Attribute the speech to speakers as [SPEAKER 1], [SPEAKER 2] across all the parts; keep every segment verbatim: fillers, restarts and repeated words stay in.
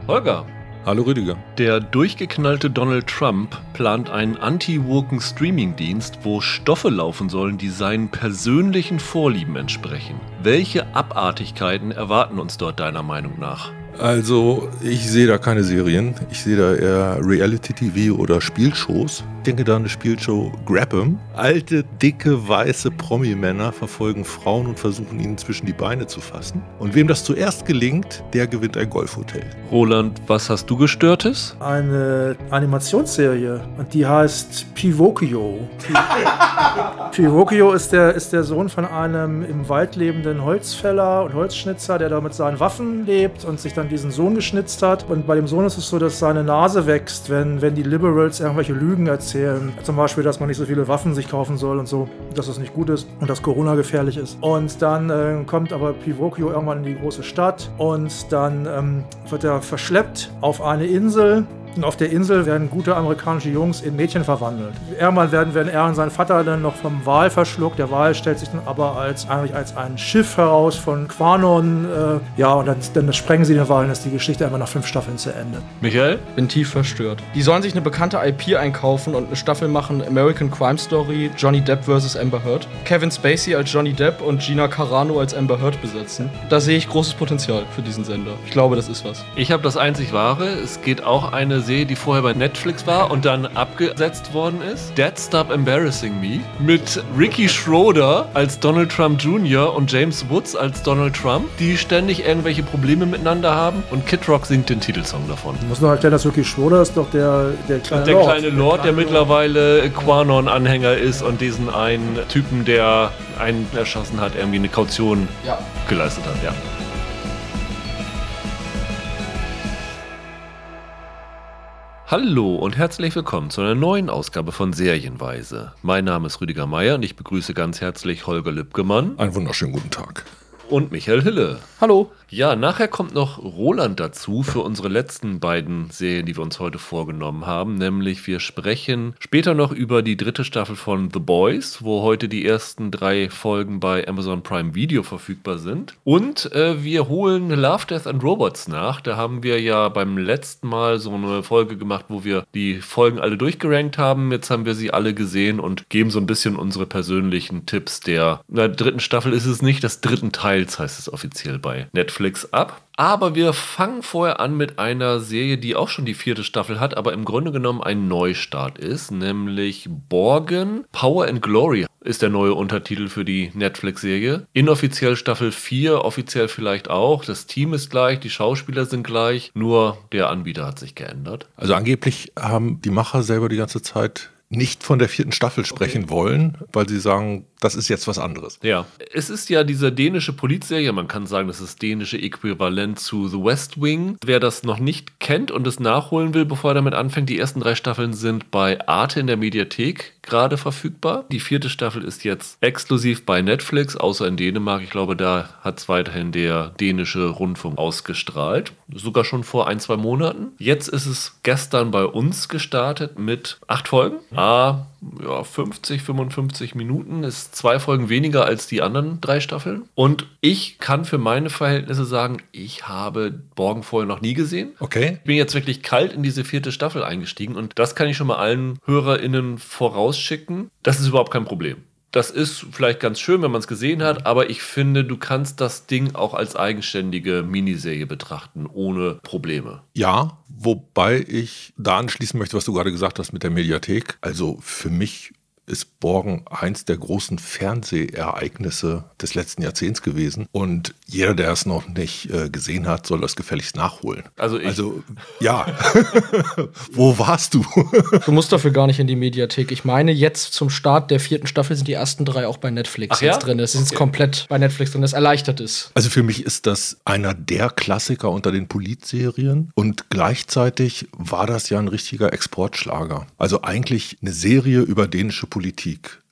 [SPEAKER 1] Holger.
[SPEAKER 2] Hallo Rüdiger.
[SPEAKER 1] Der durchgeknallte Donald Trump plant einen anti-woken Streaming-Dienst, wo Stoffe laufen sollen, die seinen persönlichen Vorlieben entsprechen. Welche Abartigkeiten erwarten uns dort deiner Meinung nach?
[SPEAKER 2] Also, ich sehe da keine Serien. Ich sehe da eher Reality-T V oder Spielshows. Ich denke da an eine Spielshow Grab 'em. Alte, dicke, weiße Promi-Männer verfolgen Frauen und versuchen ihnen zwischen die Beine zu fassen. Und wem das zuerst gelingt, der gewinnt ein Golfhotel.
[SPEAKER 1] Roland, was hast du Gestörtes?
[SPEAKER 3] Eine Animationsserie und die heißt Pinocchio. Pinocchio ist der, ist der Sohn von einem im Wald lebenden Holzfäller und Holzschnitzer, der da mit seinen Waffen lebt und sich dann diesen Sohn geschnitzt hat. Und bei dem Sohn ist es so, dass seine Nase wächst, wenn, wenn die Liberals irgendwelche Lügen erzählen. Zum Beispiel, dass man nicht so viele Waffen sich kaufen soll und so, dass das nicht gut ist und dass Corona gefährlich ist. Und dann äh, kommt aber Pinocchio irgendwann in die große Stadt und dann ähm, wird er verschleppt auf eine Insel. Und auf der Insel werden gute amerikanische Jungs in Mädchen verwandelt. Irgendwann werden, werden er und sein Vater dann noch vom Wal verschluckt. Der Wal stellt sich dann aber als, eigentlich als ein Schiff heraus von Quanon. Äh, ja, und dann, dann sprengen sie den Wal und ist die Geschichte einfach nach fünf Staffeln zu Ende.
[SPEAKER 1] Michael?
[SPEAKER 4] Bin tief verstört. Die sollen sich eine bekannte I P einkaufen und eine Staffel machen: American Crime Story, Johnny Depp versus Amber Heard. Kevin Spacey als Johnny Depp und Gina Carano als Amber Heard besetzen. Da sehe ich großes Potenzial für diesen Sender. Ich glaube, das ist was.
[SPEAKER 1] Ich habe das einzig Wahre. Es geht auch eine Serie, die vorher bei Netflix war und dann abgesetzt worden ist. Dead Stop Embarrassing Me. Mit Ricky Schroeder als Donald Trump Junior und James Woods als Donald Trump, die ständig irgendwelche Probleme miteinander haben. Und Kid Rock singt den Titelsong davon.
[SPEAKER 3] Ich muss noch erklären, dass Ricky Schroeder ist doch der, der kleine
[SPEAKER 1] der
[SPEAKER 3] Lord.
[SPEAKER 1] Kleine Lord, der, der mittlerweile Quanon-Anhänger ist und diesen einen Typen, der einen erschossen hat, irgendwie eine Kaution ja. geleistet hat. Ja. Hallo und herzlich willkommen zu einer neuen Ausgabe von Serienweise. Mein Name ist Rüdiger Meier und ich begrüße ganz herzlich Holger Lübgemann.
[SPEAKER 2] Einen wunderschönen guten Tag.
[SPEAKER 1] Und Michael Hille.
[SPEAKER 4] Hallo.
[SPEAKER 1] Ja, nachher kommt noch Roland dazu für unsere letzten beiden Serien, die wir uns heute vorgenommen haben. Nämlich wir sprechen später noch über die dritte Staffel von The Boys, wo heute die ersten drei Folgen bei Amazon Prime Video verfügbar sind. Und äh, wir holen Love, Death and Robots nach. Da haben wir ja beim letzten Mal so eine Folge gemacht, wo wir die Folgen alle durchgerankt haben. Jetzt haben wir sie alle gesehen und geben so ein bisschen unsere persönlichen Tipps der, na, dritten Staffel ist es nicht, des dritten Teils heißt es offiziell bei Netflix ab. Aber wir fangen vorher an mit einer Serie, die auch schon die vierte Staffel hat, aber im Grunde genommen ein Neustart ist, nämlich Borgen Power and Glory ist der neue Untertitel für die Netflix-Serie. Inoffiziell Staffel vier, offiziell vielleicht auch. Das Team ist gleich, die Schauspieler sind gleich, nur der Anbieter hat sich geändert.
[SPEAKER 2] Also angeblich haben die Macher selber die ganze Zeit nicht von der vierten Staffel sprechen okay. wollen, weil sie sagen, das ist jetzt was anderes.
[SPEAKER 1] Ja, es ist ja diese dänische Polizserie, man kann sagen, das ist das dänische Äquivalent zu The West Wing. Wer das noch nicht kennt und es nachholen will, bevor er damit anfängt, die ersten drei Staffeln sind bei Arte in der Mediathek gerade verfügbar. Die vierte Staffel ist jetzt exklusiv bei Netflix, außer in Dänemark. Ich glaube, da hat es weiterhin der dänische Rundfunk ausgestrahlt. Sogar schon vor ein, zwei Monaten. Jetzt ist es gestern bei uns gestartet mit acht Folgen. Ah, ja, fünfzig, fünfundfünfzig Minuten, ist zwei Folgen weniger als die anderen drei Staffeln. Und ich kann für meine Verhältnisse sagen, ich habe Borgen vorher noch nie gesehen.
[SPEAKER 2] Okay.
[SPEAKER 1] Ich bin jetzt wirklich kalt in diese vierte Staffel eingestiegen und das kann ich schon mal allen HörerInnen vorausschicken. Das ist überhaupt kein Problem. Das ist vielleicht ganz schön, wenn man es gesehen hat, aber ich finde, du kannst das Ding auch als eigenständige Miniserie betrachten, ohne Probleme.
[SPEAKER 2] Ja, wobei ich da anschließen möchte, was du gerade gesagt hast mit der Mediathek. Also für mich ist Borgen eins der großen Fernsehereignisse des letzten Jahrzehnts gewesen. Und jeder, der es noch nicht äh, gesehen hat, soll das gefälligst nachholen.
[SPEAKER 1] Also ich.
[SPEAKER 2] Also, ja. Wo warst du?
[SPEAKER 4] Du musst dafür gar nicht in die Mediathek. Ich meine, jetzt zum Start der vierten Staffel sind die ersten drei auch bei Netflix
[SPEAKER 1] Ach ja?
[SPEAKER 4] drin. Es ist okay. Jetzt komplett bei Netflix drin, das erleichtert ist.
[SPEAKER 2] Also für mich ist das einer der Klassiker unter den Politserien. Und gleichzeitig war das ja ein richtiger Exportschlager. Also eigentlich eine Serie über dänische Politik.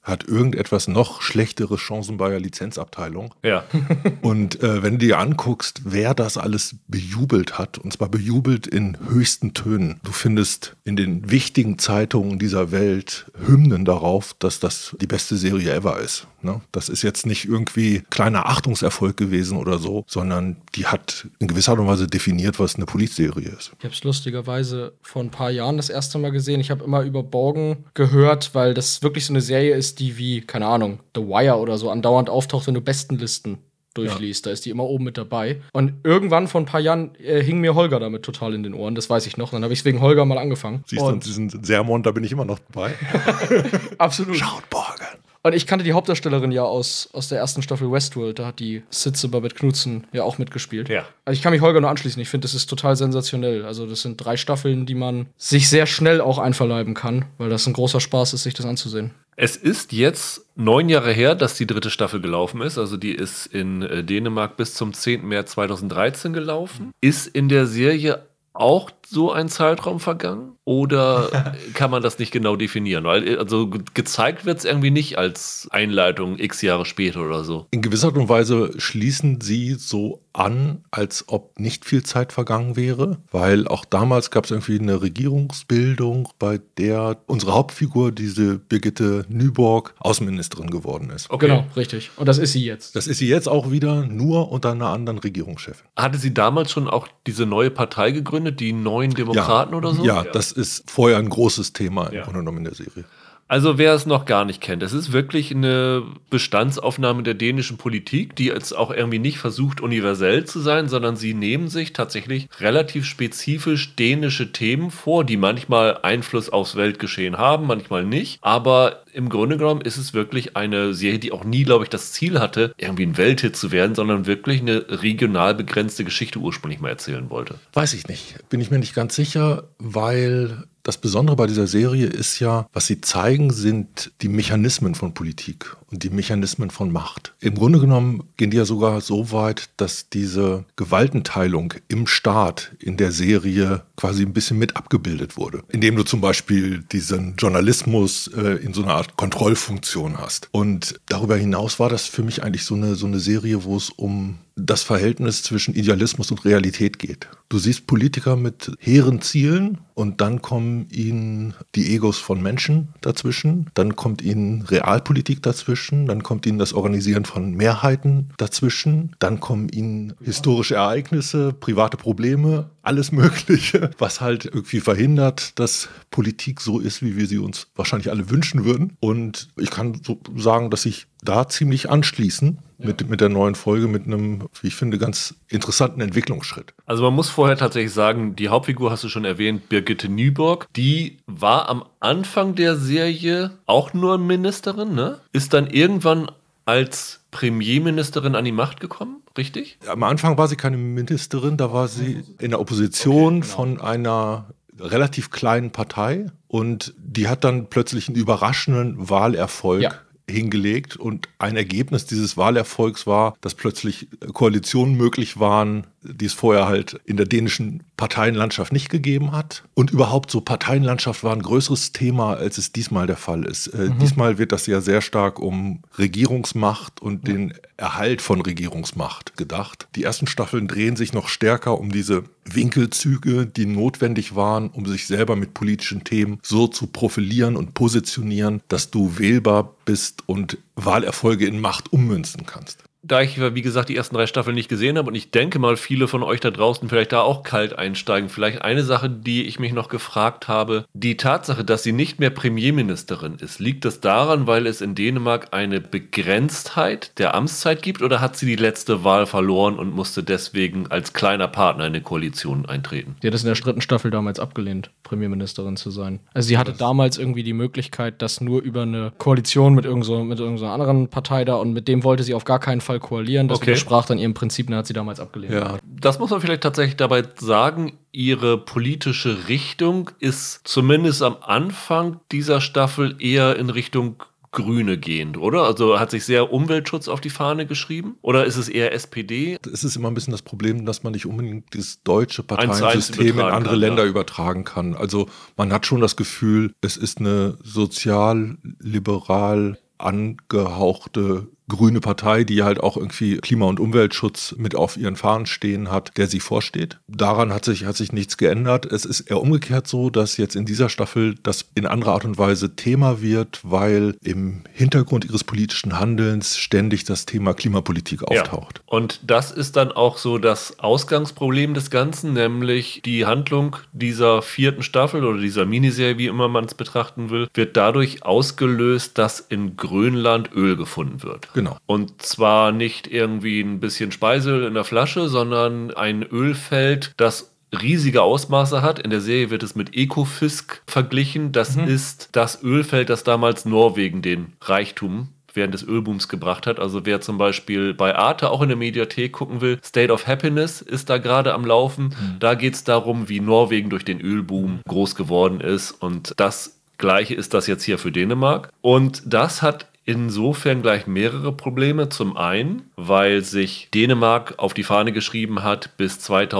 [SPEAKER 2] hat irgendetwas noch schlechtere Chancen bei der Lizenzabteilung.
[SPEAKER 1] Ja.
[SPEAKER 2] Und äh, wenn du dir anguckst, wer das alles bejubelt hat, und zwar bejubelt in höchsten Tönen. Du findest in den wichtigen Zeitungen dieser Welt Hymnen darauf, dass das die beste Serie ever ist. Ne? Das ist jetzt nicht irgendwie kleiner Achtungserfolg gewesen oder so, sondern die hat in gewisser Art und Weise definiert, was eine Polizserie ist.
[SPEAKER 4] Ich habe es lustigerweise vor ein paar Jahren das erste Mal gesehen. Ich habe immer über Borgen gehört, weil das wirklich so eine Serie ist, die wie, keine Ahnung, The Wire oder so andauernd auftaucht, wenn du Bestenlisten durchliest. Ja. Da ist die immer oben mit dabei. Und irgendwann vor ein paar Jahren äh, hing mir Holger damit total in den Ohren. Das weiß ich noch. Dann habe ich es wegen Holger mal angefangen.
[SPEAKER 2] Siehst du, und diesen Sermon, da bin ich immer noch dabei.
[SPEAKER 4] Absolut.
[SPEAKER 2] Schaut Borgen.
[SPEAKER 4] Und ich kannte die Hauptdarstellerin ja aus, aus der ersten Staffel Westworld. Da hat die Sitze Babette Knudsen ja auch mitgespielt.
[SPEAKER 1] Ja.
[SPEAKER 4] Also ich kann mich Holger nur anschließen. Ich finde, das ist total sensationell. Also das sind drei Staffeln, die man sich sehr schnell auch einverleiben kann, weil das ein großer Spaß ist, sich das anzusehen.
[SPEAKER 1] Es ist jetzt neun Jahre her, dass die dritte Staffel gelaufen ist. Also die ist in äh, Dänemark bis zum zehnten März zweitausenddreizehn gelaufen. Ist in der Serie auch so ein Zeitraum vergangen? Oder kann man das nicht genau definieren? Weil also ge- gezeigt wird es irgendwie nicht als Einleitung x Jahre später oder so.
[SPEAKER 2] In gewisser Art und Weise schließen sie so an, als ob nicht viel Zeit vergangen wäre, weil auch damals gab es irgendwie eine Regierungsbildung, bei der unsere Hauptfigur, diese Birgitte Nyborg, Außenministerin geworden ist.
[SPEAKER 1] Okay.
[SPEAKER 4] Genau, richtig. Und das ist sie jetzt.
[SPEAKER 2] Das ist sie jetzt auch wieder, nur unter einer anderen Regierungschefin.
[SPEAKER 1] Hatte sie damals schon auch diese neue Partei gegründet, die Neuen Demokraten oder so?
[SPEAKER 2] Ja, das ist vorher ein großes Thema im
[SPEAKER 1] Ja.
[SPEAKER 2] Grunde genommen in der Serie.
[SPEAKER 1] Also wer es noch gar nicht kennt, es ist wirklich eine Bestandsaufnahme der dänischen Politik, die jetzt auch irgendwie nicht versucht, universell zu sein, sondern sie nehmen sich tatsächlich relativ spezifisch dänische Themen vor, die manchmal Einfluss aufs Weltgeschehen haben, manchmal nicht. Aber im Grunde genommen ist es wirklich eine Serie, die auch nie, glaube ich, das Ziel hatte, irgendwie ein Welthit zu werden, sondern wirklich eine regional begrenzte Geschichte ursprünglich mal erzählen wollte.
[SPEAKER 2] Weiß ich nicht. Bin ich mir nicht ganz sicher, weil das Besondere bei dieser Serie ist ja, was sie zeigen, sind die Mechanismen von Politik und die Mechanismen von Macht. Im Grunde genommen gehen die ja sogar so weit, dass diese Gewaltenteilung im Staat in der Serie quasi ein bisschen mit abgebildet wurde. Indem du zum Beispiel diesen Journalismus äh, in so einer Art Kontrollfunktion hast. Und darüber hinaus war das für mich eigentlich so eine, so eine Serie, wo es um das Verhältnis zwischen Idealismus und Realität geht. Du siehst Politiker mit hehren Zielen und dann kommen ihnen die Egos von Menschen dazwischen, dann kommt ihnen Realpolitik dazwischen, dann kommt ihnen das Organisieren von Mehrheiten dazwischen, dann kommen ihnen historische Ereignisse, private Probleme, alles Mögliche, was halt irgendwie verhindert, dass Politik so ist, wie wir sie uns wahrscheinlich alle wünschen würden. Und ich kann so sagen, dass ich da ziemlich anschließen mit, mit der neuen Folge, mit einem, wie ich finde, ganz interessanten Entwicklungsschritt.
[SPEAKER 1] Also man muss vorher tatsächlich sagen, die Hauptfigur hast du schon erwähnt, Birgitte Nyborg, die war am Anfang der Serie auch nur Ministerin, ne? Ist dann irgendwann als Premierministerin an die Macht gekommen, richtig?
[SPEAKER 2] Am Anfang war sie keine Ministerin, da war sie in der Opposition okay, genau. von einer relativ kleinen Partei und die hat dann plötzlich einen überraschenden Wahlerfolg ja. hingelegt und ein Ergebnis dieses Wahlerfolgs war, dass plötzlich Koalitionen möglich waren, die es vorher halt in der dänischen Parteienlandschaft nicht gegeben hat. Und überhaupt so Parteienlandschaft war ein größeres Thema, als es diesmal der Fall ist. Äh, mhm. Diesmal wird das ja sehr stark um Regierungsmacht und ja. den Erhalt von Regierungsmacht gedacht. Die ersten Staffeln drehen sich noch stärker um diese Winkelzüge, die notwendig waren, um sich selber mit politischen Themen so zu profilieren und positionieren, dass du wählbar bist und Wahlerfolge in Macht ummünzen kannst.
[SPEAKER 1] Da ich, wie gesagt, die ersten drei Staffeln nicht gesehen habe und ich denke mal, viele von euch da draußen vielleicht da auch kalt einsteigen, vielleicht eine Sache, die ich mich noch gefragt habe, die Tatsache, dass sie nicht mehr Premierministerin ist, liegt das daran, weil es in Dänemark eine Begrenztheit der Amtszeit gibt oder hat sie die letzte Wahl verloren und musste deswegen als kleiner Partner in eine Koalition eintreten?
[SPEAKER 4] Die hat es in der dritten Staffel damals abgelehnt, Premierministerin zu sein. Also sie hatte Was? damals irgendwie die Möglichkeit, das nur über eine Koalition mit irgendeiner mit irgendeiner anderen Partei da und mit dem wollte sie auf gar keinen Fall koalieren. Das okay. widersprach dann ihrem Prinzip, und hat sie damals abgelehnt.
[SPEAKER 1] Ja. Das muss man vielleicht tatsächlich dabei sagen, ihre politische Richtung ist zumindest am Anfang dieser Staffel eher in Richtung Grüne gehend, oder? Also hat sich sehr Umweltschutz auf die Fahne geschrieben? Oder ist es eher S P D?
[SPEAKER 2] Es ist immer ein bisschen das Problem, dass man nicht unbedingt das deutsche Parteiensystem in andere kann, Länder ja. übertragen kann. Also man hat schon das Gefühl, es ist eine sozial-liberal angehauchte grüne Partei, die halt auch irgendwie Klima- und Umweltschutz mit auf ihren Fahnen stehen hat, der sie vorsteht. Daran hat sich, hat sich nichts geändert. Es ist eher umgekehrt so, dass jetzt in dieser Staffel das in anderer Art und Weise Thema wird, weil im Hintergrund ihres politischen Handelns ständig das Thema Klimapolitik auftaucht.
[SPEAKER 1] Ja. Und das ist dann auch so das Ausgangsproblem des Ganzen, nämlich die Handlung dieser vierten Staffel oder dieser Miniserie, wie immer man es betrachten will, wird dadurch ausgelöst, dass in Grönland Öl gefunden wird.
[SPEAKER 2] Genau.
[SPEAKER 1] Und zwar nicht irgendwie ein bisschen Speiseöl in der Flasche, sondern ein Ölfeld, das riesige Ausmaße hat. In der Serie wird es mit Ekofisk verglichen. Das mhm. ist das Ölfeld, das damals Norwegen den Reichtum während des Ölbooms gebracht hat. Also wer zum Beispiel bei Arte auch in der Mediathek gucken will, State of Happiness ist da gerade am Laufen. Mhm. Da geht es darum, wie Norwegen durch den Ölboom groß geworden ist. Und das Gleiche ist das jetzt hier für Dänemark. Und das hat insofern gleich mehrere Probleme. Zum einen, weil sich Dänemark auf die Fahne geschrieben hat, bis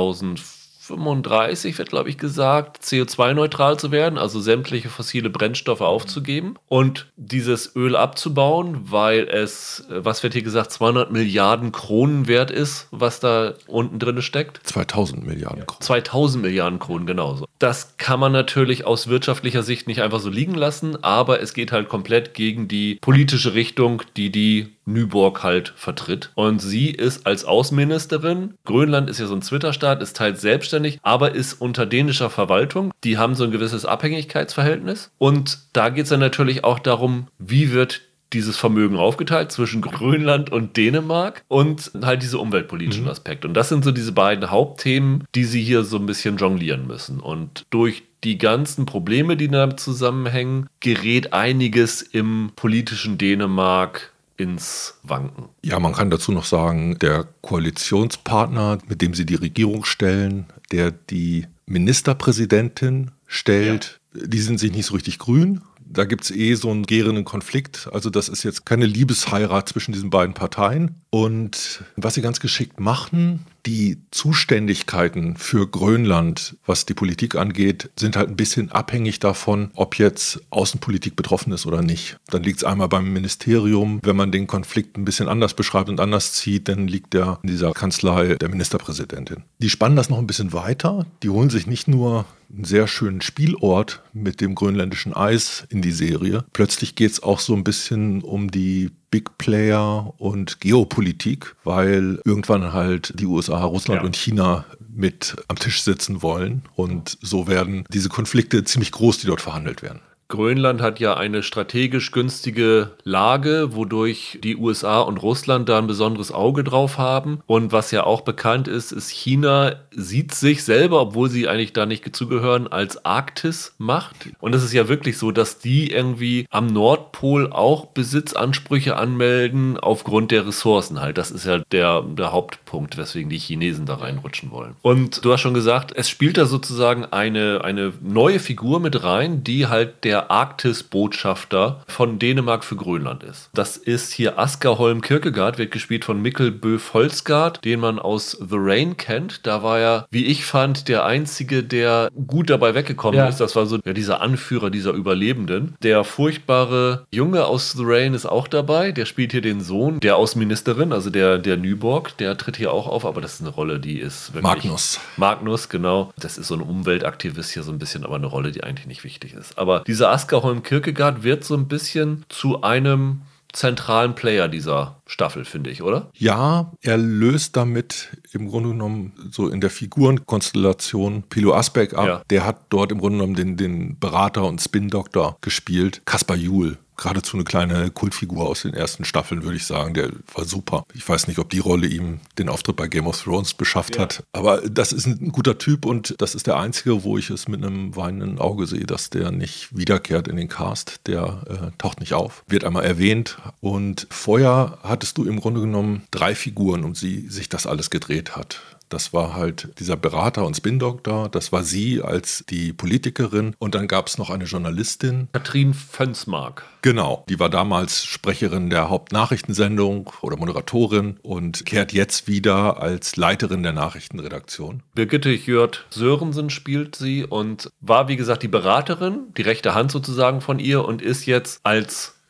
[SPEAKER 1] zweitausendfünfunddreißig wird, glaube ich, gesagt, C O zwei neutral zu werden, also sämtliche fossile Brennstoffe aufzugeben und dieses Öl abzubauen, weil es, was wird hier gesagt, zweihundert Milliarden Kronen wert ist, was da unten drin steckt.
[SPEAKER 2] zweitausend Milliarden Kronen.
[SPEAKER 1] zweitausend Milliarden Kronen, genauso. Das kann man natürlich aus wirtschaftlicher Sicht nicht einfach so liegen lassen, aber es geht halt komplett gegen die politische Richtung, die die Nyborg halt vertritt. Und sie ist als Außenministerin, Grönland ist ja so ein Twitter-Staat, ist teils selbstständig, aber ist unter dänischer Verwaltung. Die haben so ein gewisses Abhängigkeitsverhältnis. Und da geht es dann natürlich auch darum, wie wird dieses Vermögen aufgeteilt zwischen Grönland und Dänemark und halt diese umweltpolitischen Aspekte. Und das sind so diese beiden Hauptthemen, die sie hier so ein bisschen jonglieren müssen. Und durch die ganzen Probleme, die damit zusammenhängen, gerät einiges im politischen Dänemark ins Wanken.
[SPEAKER 2] Ja, man kann dazu noch sagen, der Koalitionspartner, mit dem sie die Regierung stellen, der die Ministerpräsidentin stellt, ja. Die sind sich nicht so richtig grün. Da gibt es eh so einen gärenden Konflikt. Also das ist jetzt keine Liebesheirat zwischen diesen beiden Parteien. Und was sie ganz geschickt machen, die Zuständigkeiten für Grönland, was die Politik angeht, sind halt ein bisschen abhängig davon, ob jetzt Außenpolitik betroffen ist oder nicht. Dann liegt es einmal beim Ministerium. Wenn man den Konflikt ein bisschen anders beschreibt und anders zieht, dann liegt der in dieser Kanzlei der Ministerpräsidentin. Die spannen das noch ein bisschen weiter. Die holen sich nicht nur einen sehr schönen Spielort mit dem grönländischen Eis in die Serie. Plötzlich geht es auch so ein bisschen um die Big Player und Geopolitik, weil irgendwann halt die U S A, Russland ja. und China mit am Tisch sitzen wollen. Und so werden diese Konflikte ziemlich groß, die dort verhandelt werden.
[SPEAKER 1] Grönland hat ja eine strategisch günstige Lage, wodurch die U S A und Russland da ein besonderes Auge drauf haben. Und was ja auch bekannt ist, ist, China sieht sich selber, obwohl sie eigentlich da nicht zugehören, als Arktismacht. Und es ist ja wirklich so, dass die irgendwie am Nordpol auch Besitzansprüche anmelden aufgrund der Ressourcen halt. Das ist ja der, der Hauptpunkt, weswegen die Chinesen da reinrutschen wollen. Und du hast schon gesagt, es spielt da sozusagen eine, eine neue Figur mit rein, die halt der Arktis-Botschafter von Dänemark für Grönland ist. Das ist hier Asger Holm Kierkegaard, wird gespielt von Mikkel Bøf Holsgaard, den man aus The Rain kennt. Da war er, wie ich fand, der Einzige, der gut dabei weggekommen ja. ist. Das war so ja, dieser Anführer dieser Überlebenden. Der furchtbare Junge aus The Rain ist auch dabei. Der spielt hier den Sohn der Außenministerin, also der, der Nyborg. Der tritt hier auch auf, aber das ist eine Rolle, die ist wirklich...
[SPEAKER 2] Magnus.
[SPEAKER 1] Magnus, genau. Das ist so ein Umweltaktivist hier so ein bisschen, aber eine Rolle, die eigentlich nicht wichtig ist. Aber dieser Asger Holm Kierkegaard wird so ein bisschen zu einem zentralen Player dieser Staffel, finde ich, oder?
[SPEAKER 2] Ja, er löst damit im Grunde genommen so in der Figurenkonstellation Pilo Asbæk ab. Ja. Der hat dort im Grunde genommen den, den Berater und Spin-Doktor gespielt. Kaspar Juhl. Geradezu eine kleine Kultfigur aus den ersten Staffeln, würde ich sagen. Der war super. Ich weiß nicht, ob die Rolle ihm den Auftritt bei Game of Thrones beschafft ja. hat. Aber das ist ein guter Typ und das ist der einzige, wo ich es mit einem weinenden Auge sehe, dass der nicht wiederkehrt in den Cast. Der äh, taucht nicht auf. Wird einmal erwähnt. Und vorher hattest du im Grunde genommen drei Figuren, um die sich das alles gedreht hat. Das war halt dieser Berater und Spin-Doktor, das war sie als die Politikerin und dann gab es noch eine Journalistin.
[SPEAKER 1] Katrin Fönsmark.
[SPEAKER 2] Genau, die war damals Sprecherin der Hauptnachrichtensendung oder Moderatorin und kehrt jetzt wieder als Leiterin der Nachrichtenredaktion.
[SPEAKER 1] Birgitte Hjort Sörensen spielt sie und war wie gesagt die Beraterin, die rechte Hand sozusagen von ihr und ist jetzt als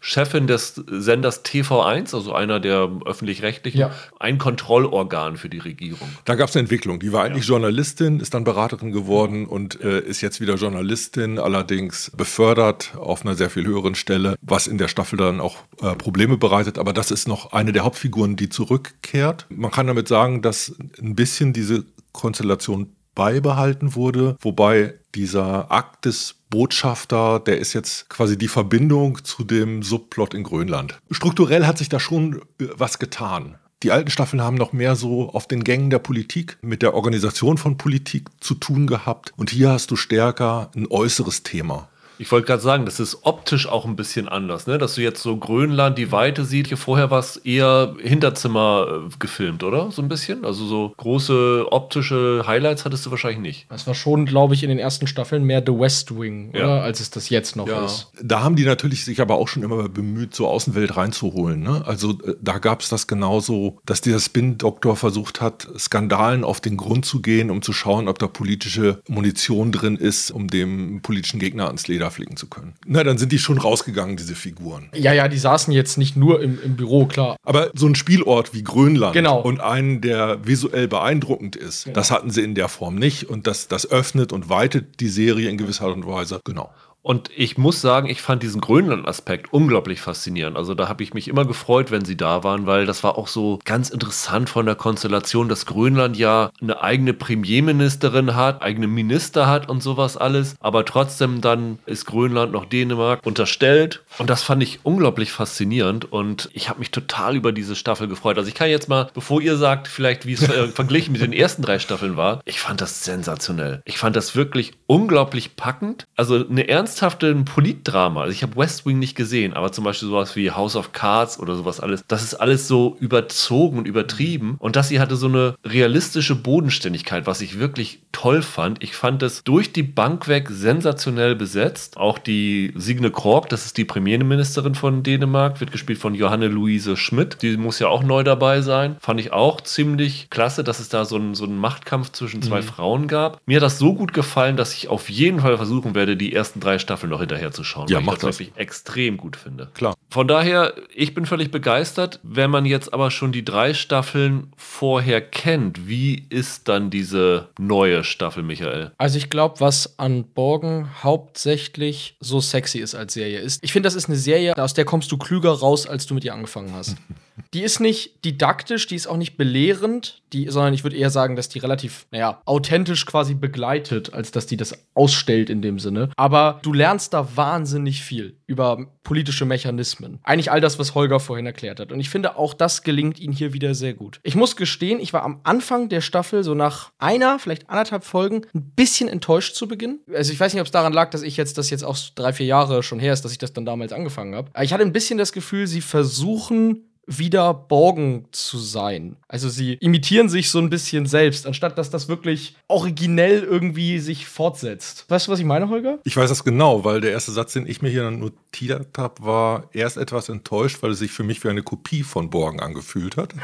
[SPEAKER 1] Chefin des Senders T V eins, also einer der öffentlich-rechtlichen,
[SPEAKER 4] Ja.
[SPEAKER 1] ein Kontrollorgan für die Regierung.
[SPEAKER 2] Da gab es eine Entwicklung. Die war eigentlich ja. Journalistin, ist dann Beraterin geworden und äh, ist jetzt wieder Journalistin, allerdings befördert auf einer sehr viel höheren Stelle, was in der Staffel dann auch äh, Probleme bereitet. Aber das ist noch eine der Hauptfiguren, die zurückkehrt. Man kann damit sagen, dass ein bisschen diese Konstellation beibehalten wurde, wobei dieser Akt des Botschafter, der ist jetzt quasi die Verbindung zu dem Subplot in Grönland. Strukturell hat sich da schon was getan. Die alten Staffeln haben noch mehr so auf den Gängen der Politik, mit der Organisation von Politik zu tun gehabt. Und hier hast du stärker ein äußeres Thema.
[SPEAKER 1] Ich wollte gerade sagen, das ist optisch auch ein bisschen anders, ne? Dass du jetzt so Grönland, die Weite siehst. Hier vorher war es eher Hinterzimmer äh, gefilmt, oder? So ein bisschen? Also so große optische Highlights hattest du wahrscheinlich nicht.
[SPEAKER 4] Das war schon, glaube ich, in den ersten Staffeln mehr The West Wing, oder?
[SPEAKER 1] Ja.
[SPEAKER 4] Als es das jetzt noch
[SPEAKER 1] Ja.
[SPEAKER 4] ist.
[SPEAKER 2] Da haben die natürlich sich aber auch schon immer bemüht, so Außenwelt reinzuholen. Ne? Also äh, da gab es das genauso, dass dieser Spin-Doktor versucht hat, Skandalen auf den Grund zu gehen, um zu schauen, ob da politische Munition drin ist, um dem politischen Gegner ans Leder fliegen zu können. Na, dann sind die schon rausgegangen, diese Figuren.
[SPEAKER 4] Ja, ja, die saßen jetzt nicht nur im, im Büro, klar.
[SPEAKER 2] Aber so ein Spielort wie Grönland
[SPEAKER 4] Genau.
[SPEAKER 2] und einen, der visuell beeindruckend ist,
[SPEAKER 4] Genau.
[SPEAKER 2] das hatten sie in der Form nicht. Und das, das öffnet und weitet die Serie in gewisser Art und Weise. Genau.
[SPEAKER 1] Und ich muss sagen, ich fand diesen Grönland-Aspekt unglaublich faszinierend. Also da habe ich mich immer gefreut, wenn sie da waren, weil das war auch so ganz interessant von der Konstellation, dass Grönland ja eine eigene Premierministerin hat, eigene Minister hat und sowas alles. Aber trotzdem dann ist Grönland noch Dänemark unterstellt. Und das fand ich unglaublich faszinierend. Und ich habe mich total über diese Staffel gefreut. Also ich kann jetzt mal, bevor ihr sagt, vielleicht wie es äh, verglichen mit den ersten drei Staffeln war, ich fand das sensationell. Ich fand das wirklich unglaublich packend. Also eine ernste ein Politdrama. Also ich habe West Wing nicht gesehen, aber zum Beispiel sowas wie House of Cards oder sowas alles, das ist alles so überzogen und übertrieben. Und das hier hatte so eine realistische Bodenständigkeit, was ich wirklich toll fand. Ich fand es durch die Bank weg sensationell besetzt. Auch die Signe Krog, das ist die Premierministerin von Dänemark, wird gespielt von Johanne Luise Schmidt. Die muss ja auch neu dabei sein. Fand ich auch ziemlich klasse, dass es da so einen, so einen Machtkampf zwischen zwei mhm. Frauen gab. Mir hat das so gut gefallen, dass ich auf jeden Fall versuchen werde, die ersten drei Staffeln noch hinterher zu schauen,
[SPEAKER 2] ja,
[SPEAKER 1] weil ich
[SPEAKER 2] macht
[SPEAKER 1] das
[SPEAKER 2] das
[SPEAKER 1] wirklich extrem gut finde.
[SPEAKER 2] Klar.
[SPEAKER 1] Von daher, ich bin völlig begeistert. Wenn man jetzt aber schon die drei Staffeln vorher kennt, wie ist dann diese neue Staffel, Michael?
[SPEAKER 4] Also ich glaube, was an Borgen hauptsächlich so sexy ist als Serie ist, ich finde, das ist eine Serie, aus der kommst du klüger raus, als du mit ihr angefangen hast. Die ist nicht didaktisch, die ist auch nicht belehrend, die, sondern ich würde eher sagen, dass die relativ, naja, authentisch quasi begleitet, als dass die das ausstellt in dem Sinne. Aber du lernst da wahnsinnig viel über politische Mechanismen. Eigentlich all das, was Holger vorhin erklärt hat. Und ich finde, auch das gelingt ihnen hier wieder sehr gut. Ich muss gestehen, ich war am Anfang der Staffel, so nach einer, vielleicht anderthalb Folgen, ein bisschen enttäuscht zu Beginn. Also ich weiß nicht, ob es daran lag, dass ich jetzt, das jetzt auch drei, vier Jahre schon her ist, dass ich das dann damals angefangen habe. Aber ich hatte ein bisschen das Gefühl, sie versuchen wieder Borgen zu sein. Also sie imitieren sich so ein bisschen selbst, anstatt dass das wirklich originell irgendwie sich fortsetzt. Weißt du, was ich meine, Holger?
[SPEAKER 2] Ich weiß das genau, weil der erste Satz, den ich mir hier dann notiert habe, war erst etwas enttäuscht, weil es sich für mich wie eine Kopie von Borgen angefühlt hat.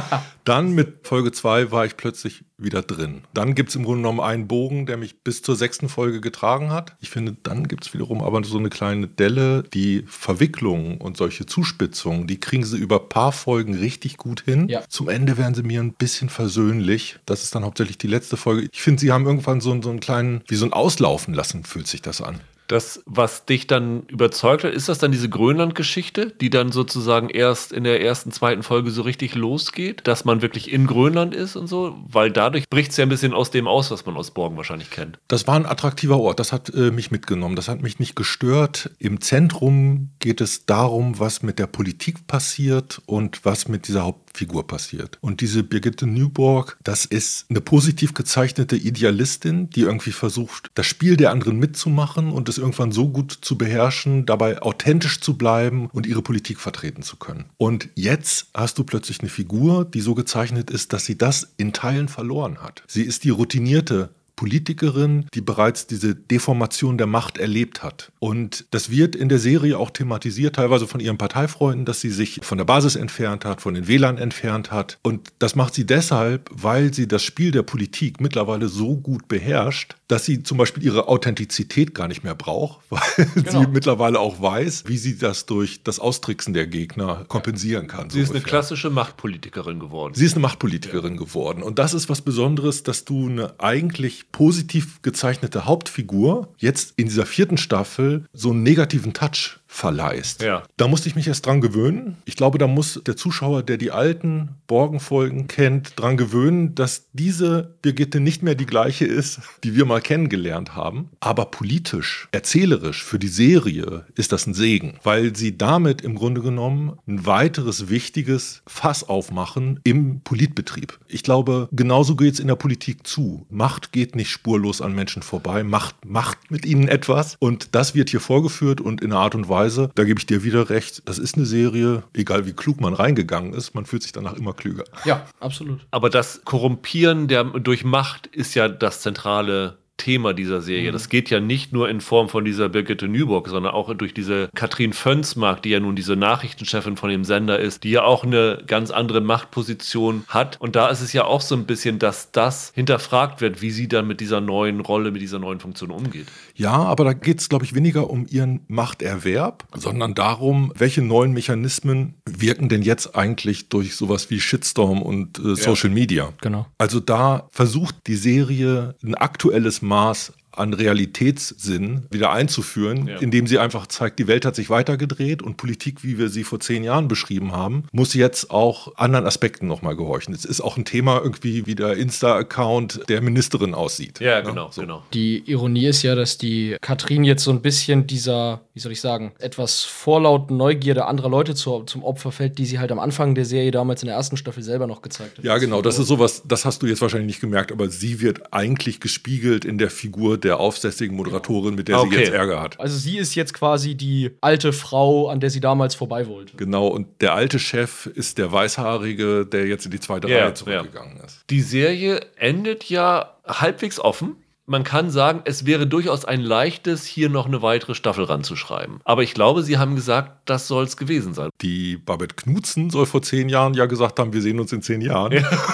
[SPEAKER 2] Dann mit Folge zwei war ich plötzlich wieder drin. Dann gibt es im Grunde genommen einen Bogen, der mich bis zur sechsten Folge getragen hat. Ich finde, dann gibt es wiederum aber so eine kleine Delle. Die Verwicklungen und solche Zuspitzungen, die kriegen sie über ein paar Folgen richtig gut hin.
[SPEAKER 4] Ja.
[SPEAKER 2] Zum Ende werden sie mir ein bisschen versöhnlich. Das ist dann hauptsächlich die letzte Folge. Ich finde, sie haben irgendwann so, so einen kleinen, wie so ein Auslaufen lassen, fühlt sich das an.
[SPEAKER 1] Das, was dich dann überzeugt hat, ist das dann diese Grönland-Geschichte, die dann sozusagen erst in der ersten, zweiten Folge so richtig losgeht, dass man wirklich in Grönland ist und so? Weil dadurch bricht es ja ein bisschen aus dem aus, was man aus Borgen wahrscheinlich kennt.
[SPEAKER 2] Das war ein attraktiver Ort, das hat äh, mich mitgenommen, das hat mich nicht gestört. Im Zentrum geht es darum, was mit der Politik passiert und was mit dieser Hauptfigur passiert. Und diese Birgitte Nyborg, das ist eine positiv gezeichnete Idealistin, die irgendwie versucht, das Spiel der anderen mitzumachen und es irgendwann so gut zu beherrschen, dabei authentisch zu bleiben und ihre Politik vertreten zu können. Und jetzt hast du plötzlich eine Figur, die so gezeichnet ist, dass sie das in Teilen verloren hat. Sie ist die routinierte Politikerin, die bereits diese Deformation der Macht erlebt hat. Und das wird in der Serie auch thematisiert, teilweise von ihren Parteifreunden, dass sie sich von der Basis entfernt hat, von den Wählern entfernt hat. Und das macht sie deshalb, weil sie das Spiel der Politik mittlerweile so gut beherrscht, dass sie zum Beispiel ihre Authentizität gar nicht mehr braucht, weil
[SPEAKER 4] Genau.
[SPEAKER 2] sie mittlerweile auch weiß, wie sie das durch das Austricksen der Gegner kompensieren kann.
[SPEAKER 1] Sie
[SPEAKER 2] so
[SPEAKER 1] ist eine
[SPEAKER 2] ungefähr.
[SPEAKER 1] klassische Machtpolitikerin geworden.
[SPEAKER 2] Sie ist eine Machtpolitikerin geworden. Und das ist was Besonderes, dass du eine eigentlich positiv gezeichnete Hauptfigur jetzt in dieser vierten Staffel so einen negativen Touch verleihst.
[SPEAKER 1] Ja.
[SPEAKER 2] Da musste ich mich erst dran gewöhnen. Ich glaube, da muss der Zuschauer, der die alten Borgen-Folgen kennt, dran gewöhnen, dass diese Birgitte nicht mehr die gleiche ist, die wir mal kennengelernt haben. Aber politisch, erzählerisch für die Serie ist das ein Segen, weil sie damit im Grunde genommen ein weiteres wichtiges Fass aufmachen im Politbetrieb. Ich glaube, genauso geht es in der Politik zu. Macht geht nicht spurlos an Menschen vorbei. Macht macht mit ihnen etwas. Und das wird hier vorgeführt und in einer Art und Weise, da gebe ich dir wieder recht, das ist eine Serie, egal wie klug man reingegangen ist, man fühlt sich danach immer klüger.
[SPEAKER 4] Ja, absolut.
[SPEAKER 1] Aber das Korrumpieren der, durch Macht ist ja das zentrale Thema dieser Serie. Das geht ja nicht nur in Form von dieser Birgitte Nyborg, sondern auch durch diese Katrin Fönsmark, die ja nun diese Nachrichtenchefin von dem Sender ist, die ja auch eine ganz andere Machtposition hat. Und da ist es ja auch so ein bisschen, dass das hinterfragt wird, wie sie dann mit dieser neuen Rolle, mit dieser neuen Funktion umgeht.
[SPEAKER 2] Ja, aber da geht es, glaube ich, weniger um ihren Machterwerb, sondern darum, welche neuen Mechanismen wirken denn jetzt eigentlich durch sowas wie Shitstorm und äh, Social Media.
[SPEAKER 4] Genau.
[SPEAKER 2] Also da versucht die Serie ein aktuelles Maß an Realitätssinn wieder einzuführen,
[SPEAKER 1] Ja.
[SPEAKER 2] indem sie einfach zeigt, die Welt hat sich weitergedreht und Politik, wie wir sie vor zehn Jahren beschrieben haben, muss jetzt auch anderen Aspekten nochmal gehorchen. Es ist auch ein Thema irgendwie, wie der Insta-Account der Ministerin aussieht.
[SPEAKER 1] Ja,
[SPEAKER 2] Ne?
[SPEAKER 1] genau,
[SPEAKER 2] So.
[SPEAKER 1] genau.
[SPEAKER 4] Die Ironie ist ja, dass die Katrin jetzt so ein bisschen dieser, wie soll ich sagen, etwas vorlauten Neugierde anderer Leute zu, zum Opfer fällt, die sie halt am Anfang der Serie damals in der ersten Staffel selber noch gezeigt hat.
[SPEAKER 2] Ja, genau, das ist sowas, das hast du jetzt wahrscheinlich nicht gemerkt, aber sie wird eigentlich gespiegelt in der Figur der aufsässigen Moderatorin, mit der
[SPEAKER 1] Okay.
[SPEAKER 2] sie jetzt Ärger hat.
[SPEAKER 4] Also sie ist jetzt quasi die alte Frau, an der sie damals vorbei wollte.
[SPEAKER 2] Genau, und der alte Chef ist der Weißhaarige, der jetzt in die zweite
[SPEAKER 1] Ja,
[SPEAKER 2] Reihe zurückgegangen ist.
[SPEAKER 1] Die Serie endet ja halbwegs offen. Man kann sagen, es wäre durchaus ein leichtes, hier noch eine weitere Staffel ranzuschreiben. Aber ich glaube, Sie haben gesagt, das soll es gewesen sein.
[SPEAKER 2] Die Babette Knudsen soll vor zehn Jahren ja gesagt haben, wir sehen uns in zehn Jahren.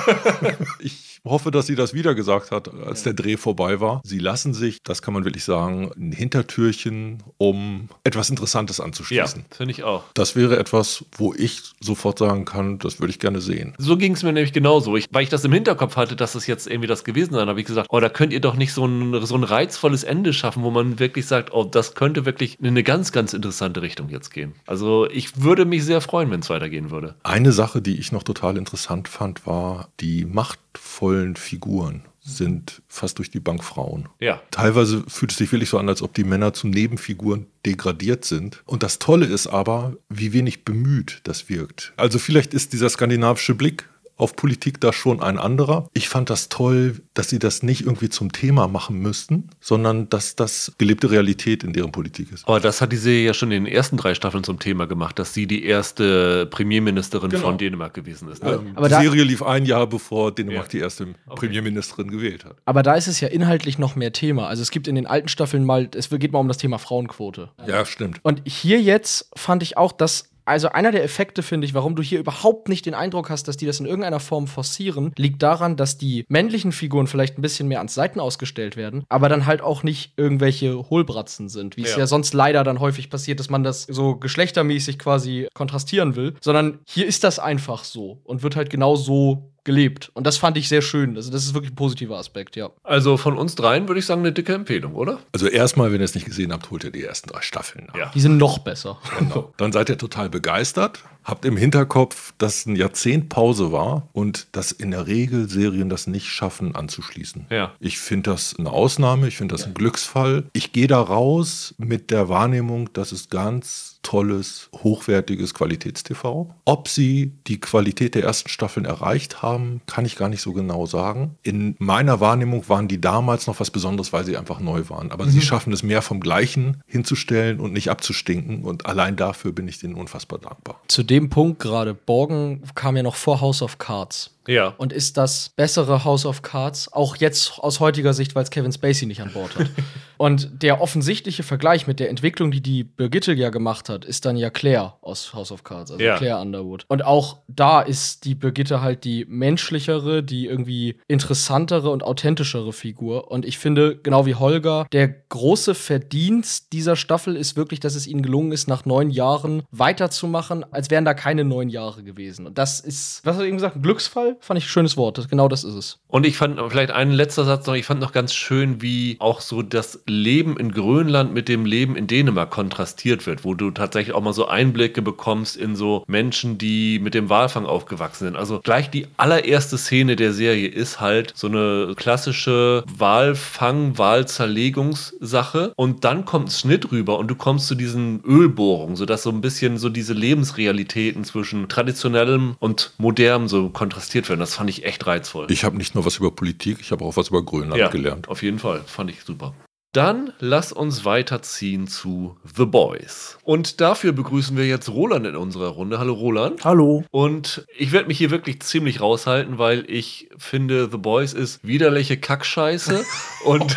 [SPEAKER 2] Ich hoffe, dass sie das wieder gesagt hat, als der Dreh vorbei war. Sie lassen sich, das kann man wirklich sagen, ein Hintertürchen, um etwas Interessantes
[SPEAKER 1] Ja,
[SPEAKER 2] anzuschließen.
[SPEAKER 1] finde ich auch.
[SPEAKER 2] Das wäre etwas, wo ich sofort sagen kann, das würde ich gerne sehen.
[SPEAKER 1] So ging es mir nämlich genauso. Ich, weil ich das im Hinterkopf hatte, dass es jetzt irgendwie das gewesen sein, habe ich gesagt, oh, da könnt ihr doch nicht so ein, so ein reizvolles Ende schaffen, wo man wirklich sagt, oh, das könnte wirklich in eine ganz, ganz interessante Richtung jetzt gehen. Also ich würde mich sehr freuen, wenn es weitergehen würde.
[SPEAKER 2] Eine Sache, die ich noch total interessant fand, war, die machtvollen Figuren sind fast durch die Bank Frauen.
[SPEAKER 1] Ja.
[SPEAKER 2] Teilweise fühlt es sich wirklich so an, als ob die Männer zu Nebenfiguren degradiert sind. Und das Tolle ist aber, wie wenig bemüht das wirkt. Also vielleicht ist dieser skandinavische Blick auf Politik da schon ein anderer. Ich fand das toll, dass sie das nicht irgendwie zum Thema machen müssten, sondern dass das gelebte Realität in deren Politik ist.
[SPEAKER 1] Aber das hat die Serie ja schon in den ersten drei Staffeln zum Thema gemacht, dass sie die erste Premierministerin
[SPEAKER 2] Genau.
[SPEAKER 1] von Dänemark gewesen ist. Ne?
[SPEAKER 2] Ähm,
[SPEAKER 4] Aber
[SPEAKER 2] die
[SPEAKER 4] da-
[SPEAKER 2] Serie lief ein Jahr, bevor Dänemark
[SPEAKER 1] Ja.
[SPEAKER 2] die erste Premierministerin gewählt hat.
[SPEAKER 4] Aber da ist es ja inhaltlich noch mehr Thema. Also es gibt in den alten Staffeln mal, es geht mal um das Thema Frauenquote.
[SPEAKER 2] Ja, stimmt.
[SPEAKER 4] Und hier jetzt fand ich auch, dass, also einer der Effekte, finde ich, warum du hier überhaupt nicht den Eindruck hast, dass die das in irgendeiner Form forcieren, liegt daran, dass die männlichen Figuren vielleicht ein bisschen mehr ans Seiten ausgestellt werden, aber dann halt auch nicht irgendwelche Hohlbratzen sind, wie es
[SPEAKER 1] Ja.
[SPEAKER 4] ja sonst leider dann häufig passiert, dass man das so geschlechtermäßig quasi kontrastieren will, sondern hier ist das einfach so und wird halt genau so gelebt. Und das fand ich sehr schön. Also das ist wirklich ein positiver Aspekt, ja.
[SPEAKER 1] Also von uns dreien würde ich sagen, eine dicke Empfehlung, oder?
[SPEAKER 2] Also erstmal, wenn ihr es nicht gesehen habt, holt ihr die ersten drei Staffeln nach.
[SPEAKER 1] Ja.
[SPEAKER 4] Die sind noch besser.
[SPEAKER 2] Genau. Dann seid ihr total begeistert, habt im Hinterkopf, dass ein Jahrzehnt Pause war und dass in der Regel Serien das nicht schaffen, anzuschließen.
[SPEAKER 1] Ja.
[SPEAKER 2] Ich finde das eine Ausnahme, ich finde das ein Glücksfall. Ich gehe da raus mit der Wahrnehmung, dass es ganz tolles, hochwertiges Qualitätstv. Ob sie die Qualität der ersten Staffeln erreicht haben, kann ich gar nicht so genau sagen. In meiner Wahrnehmung waren die damals noch was Besonderes, weil sie einfach neu waren. Aber sie schaffen es mehr vom Gleichen hinzustellen und nicht abzustinken. Und allein dafür bin ich denen unfassbar dankbar.
[SPEAKER 4] Zu dem Punkt gerade, Borgen kam ja noch vor House of Cards.
[SPEAKER 1] Ja.
[SPEAKER 4] Und ist das bessere House of Cards, auch jetzt aus heutiger Sicht, weil es Kevin Spacey nicht an Bord hat. Und der offensichtliche Vergleich mit der Entwicklung, die die Birgitte ja gemacht hat, ist dann ja Claire aus House of Cards, also
[SPEAKER 1] ja.
[SPEAKER 4] Claire Underwood. Und auch da ist die Birgitte halt die menschlichere, die irgendwie interessantere und authentischere Figur. Und ich finde, genau wie Holger, der große Verdienst dieser Staffel ist wirklich, dass es ihnen gelungen ist, nach neun Jahren weiterzumachen, als wären da keine neun Jahre gewesen. Und das ist, was hat er eben gesagt, ein Glücksfall? Fand ich ein schönes Wort. Das, genau das ist es.
[SPEAKER 1] Und ich fand, vielleicht ein letzter Satz noch, ich fand noch ganz schön, wie auch so das Leben in Grönland mit dem Leben in Dänemark kontrastiert wird, wo du tatsächlich auch mal so Einblicke bekommst in so Menschen, die mit dem Walfang aufgewachsen sind. Also gleich die allererste Szene der Serie ist halt so eine klassische Walfang, Walzerlegungssache und dann kommt ein Schnitt rüber und du kommst zu diesen Ölbohrungen, sodass so ein bisschen so diese Lebensrealitäten zwischen traditionellem und modernem so kontrastiert werden. Das fand ich echt reizvoll.
[SPEAKER 2] Ich habe nicht nur was über Politik, ich habe auch was über Grönland
[SPEAKER 1] ja,
[SPEAKER 2] gelernt.
[SPEAKER 1] Auf jeden Fall, fand ich super. Dann lass uns weiterziehen zu The Boys. Und dafür begrüßen wir jetzt Roland in unserer Runde. Hallo Roland.
[SPEAKER 3] Hallo.
[SPEAKER 1] Und ich werde mich hier wirklich ziemlich raushalten, weil ich finde, The Boys ist widerliche Kackscheiße und,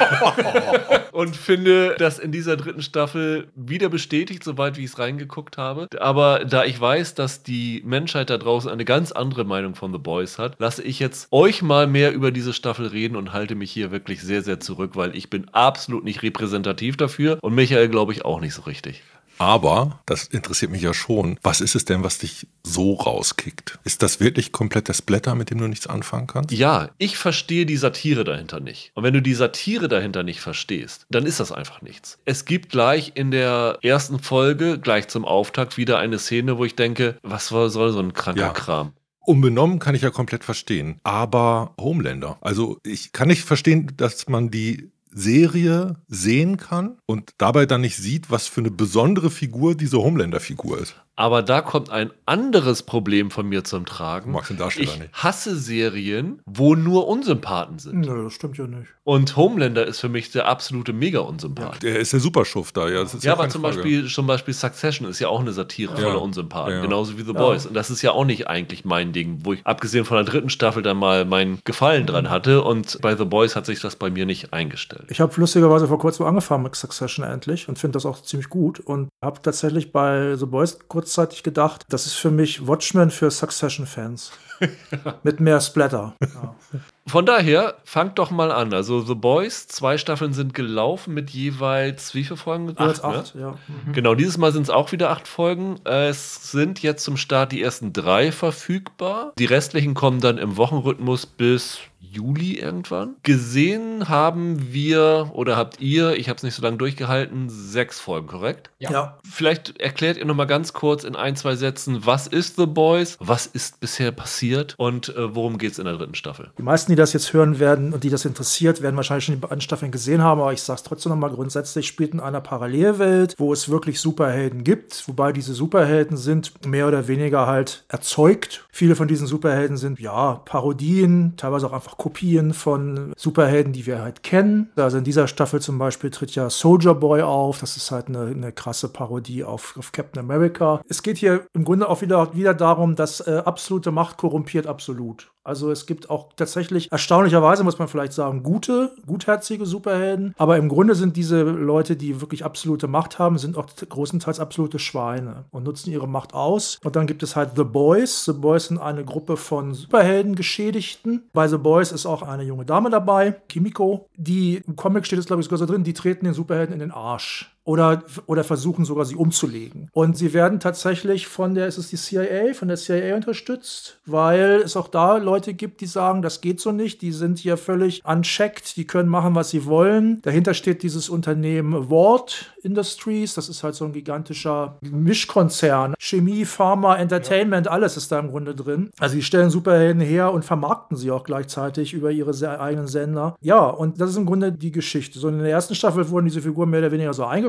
[SPEAKER 1] und finde, dass in dieser dritten Staffel wieder bestätigt, soweit wie ich es reingeguckt habe. Aber da ich weiß, dass die Menschheit da draußen eine ganz andere Meinung von The Boys hat, lasse ich jetzt euch mal mehr über diese Staffel reden und halte mich hier wirklich sehr, sehr zurück, weil ich bin absolut nicht repräsentativ dafür und Michael glaube ich auch nicht so richtig.
[SPEAKER 2] Aber, das interessiert mich ja schon, was ist es denn, was dich so rauskickt? Ist das wirklich komplett der Splatter, mit dem du nichts anfangen kannst?
[SPEAKER 1] Ja, ich verstehe die Satire dahinter nicht. Und wenn du die Satire dahinter nicht verstehst, dann ist das einfach nichts. Es gibt gleich in der ersten Folge, gleich zum Auftakt, wieder eine Szene, wo ich denke, was soll so ein kranker
[SPEAKER 2] Ja.
[SPEAKER 1] Kram?
[SPEAKER 2] Unbenommen kann ich ja komplett verstehen. Aber Homelander, also ich kann nicht verstehen, dass man die Serie sehen kann und dabei dann nicht sieht, was für eine besondere Figur diese Homelander-Figur ist.
[SPEAKER 1] Aber da kommt ein anderes Problem von mir zum Tragen.
[SPEAKER 2] Du magst den Darsteller
[SPEAKER 1] Ich
[SPEAKER 2] nicht.
[SPEAKER 1] hasse Serien, wo nur Unsympathen sind.
[SPEAKER 3] Nö, das stimmt ja nicht.
[SPEAKER 1] Und Homelander ist für mich der absolute Mega-Unsympath.
[SPEAKER 2] Der ist der Superschufter, ja. Das ist
[SPEAKER 1] Ja, aber
[SPEAKER 2] keine
[SPEAKER 1] zum
[SPEAKER 2] Frage.
[SPEAKER 1] Beispiel, zum Beispiel Succession ist ja auch eine Satire
[SPEAKER 2] Ja.
[SPEAKER 1] voller Unsympathen,
[SPEAKER 2] Ja, ja.
[SPEAKER 1] genauso wie The Boys. Und das ist ja auch nicht eigentlich mein Ding, wo ich abgesehen von der dritten Staffel dann mal meinen Gefallen dran hatte. Und bei The Boys hat sich das bei mir nicht eingestellt.
[SPEAKER 3] Ich habe lustigerweise vor kurzem angefangen mit Succession endlich und finde das auch ziemlich gut und habe tatsächlich bei The Boys kurzzeitig gedacht, das ist für mich Watchmen für Succession-Fans. Mit mehr Splatter. Ja.
[SPEAKER 1] Von daher, fangt doch mal an. Also The Boys, zwei Staffeln sind gelaufen mit jeweils, wie viele Folgen?
[SPEAKER 3] Jeweils
[SPEAKER 1] Acht, ne?
[SPEAKER 3] acht, ja. Mhm.
[SPEAKER 1] Genau, dieses Mal sind es auch wieder acht Folgen. Es sind jetzt zum Start die ersten drei verfügbar. Die restlichen kommen dann im Wochenrhythmus bis Juli irgendwann. Gesehen haben wir, oder habt ihr, ich habe es nicht so lange durchgehalten, sechs Folgen, korrekt?
[SPEAKER 4] Ja.
[SPEAKER 3] Ja.
[SPEAKER 1] Vielleicht erklärt ihr noch mal ganz kurz in ein, zwei Sätzen, was ist The Boys, was ist bisher passiert und äh, worum geht es in der dritten Staffel?
[SPEAKER 3] Die meisten, die das jetzt hören werden und die das interessiert, werden wahrscheinlich schon die beiden Staffeln gesehen haben, aber ich sage es trotzdem nochmal, grundsätzlich spielt in einer Parallelwelt, wo es wirklich Superhelden gibt, wobei diese Superhelden sind mehr oder weniger halt erzeugt. Viele von diesen Superhelden sind, ja, Parodien, teilweise auch einfach Kopien von Superhelden, die wir halt kennen. Also in dieser Staffel zum Beispiel tritt ja Soldier Boy auf, das ist halt eine, eine krasse Parodie auf, auf Captain America. Es geht hier im Grunde auch wieder, wieder darum, dass äh, absolute Macht korrumpiert absolut. Also es gibt auch tatsächlich, erstaunlicherweise muss man vielleicht sagen, gute, gutherzige Superhelden. Aber im Grunde sind diese Leute, die wirklich absolute Macht haben, sind auch großenteils absolute Schweine und nutzen ihre Macht aus. Und dann gibt es halt The Boys. The Boys sind eine Gruppe von Superhelden-Geschädigten. Bei The Boys ist auch eine junge Dame dabei, Kimiko. Die, im Comic steht es, glaube ich, sogar so drin, die treten den Superhelden in den Arsch. Oder, oder versuchen sogar, sie umzulegen. Und sie werden tatsächlich von der, ist es die C I A, von der C I A unterstützt, weil es auch da Leute gibt, die sagen, das geht so nicht, die sind hier völlig unchecked, die können machen, was sie wollen. Dahinter steht dieses Unternehmen Ward Industries, das ist halt so ein gigantischer Mischkonzern. Chemie, Pharma, Entertainment, alles ist da im Grunde drin. Also die stellen Superhelden her und vermarkten sie auch gleichzeitig über ihre se- eigenen Sender. Ja, und das ist im Grunde die Geschichte. So in der ersten Staffel wurden diese Figuren mehr oder weniger so eingeführt.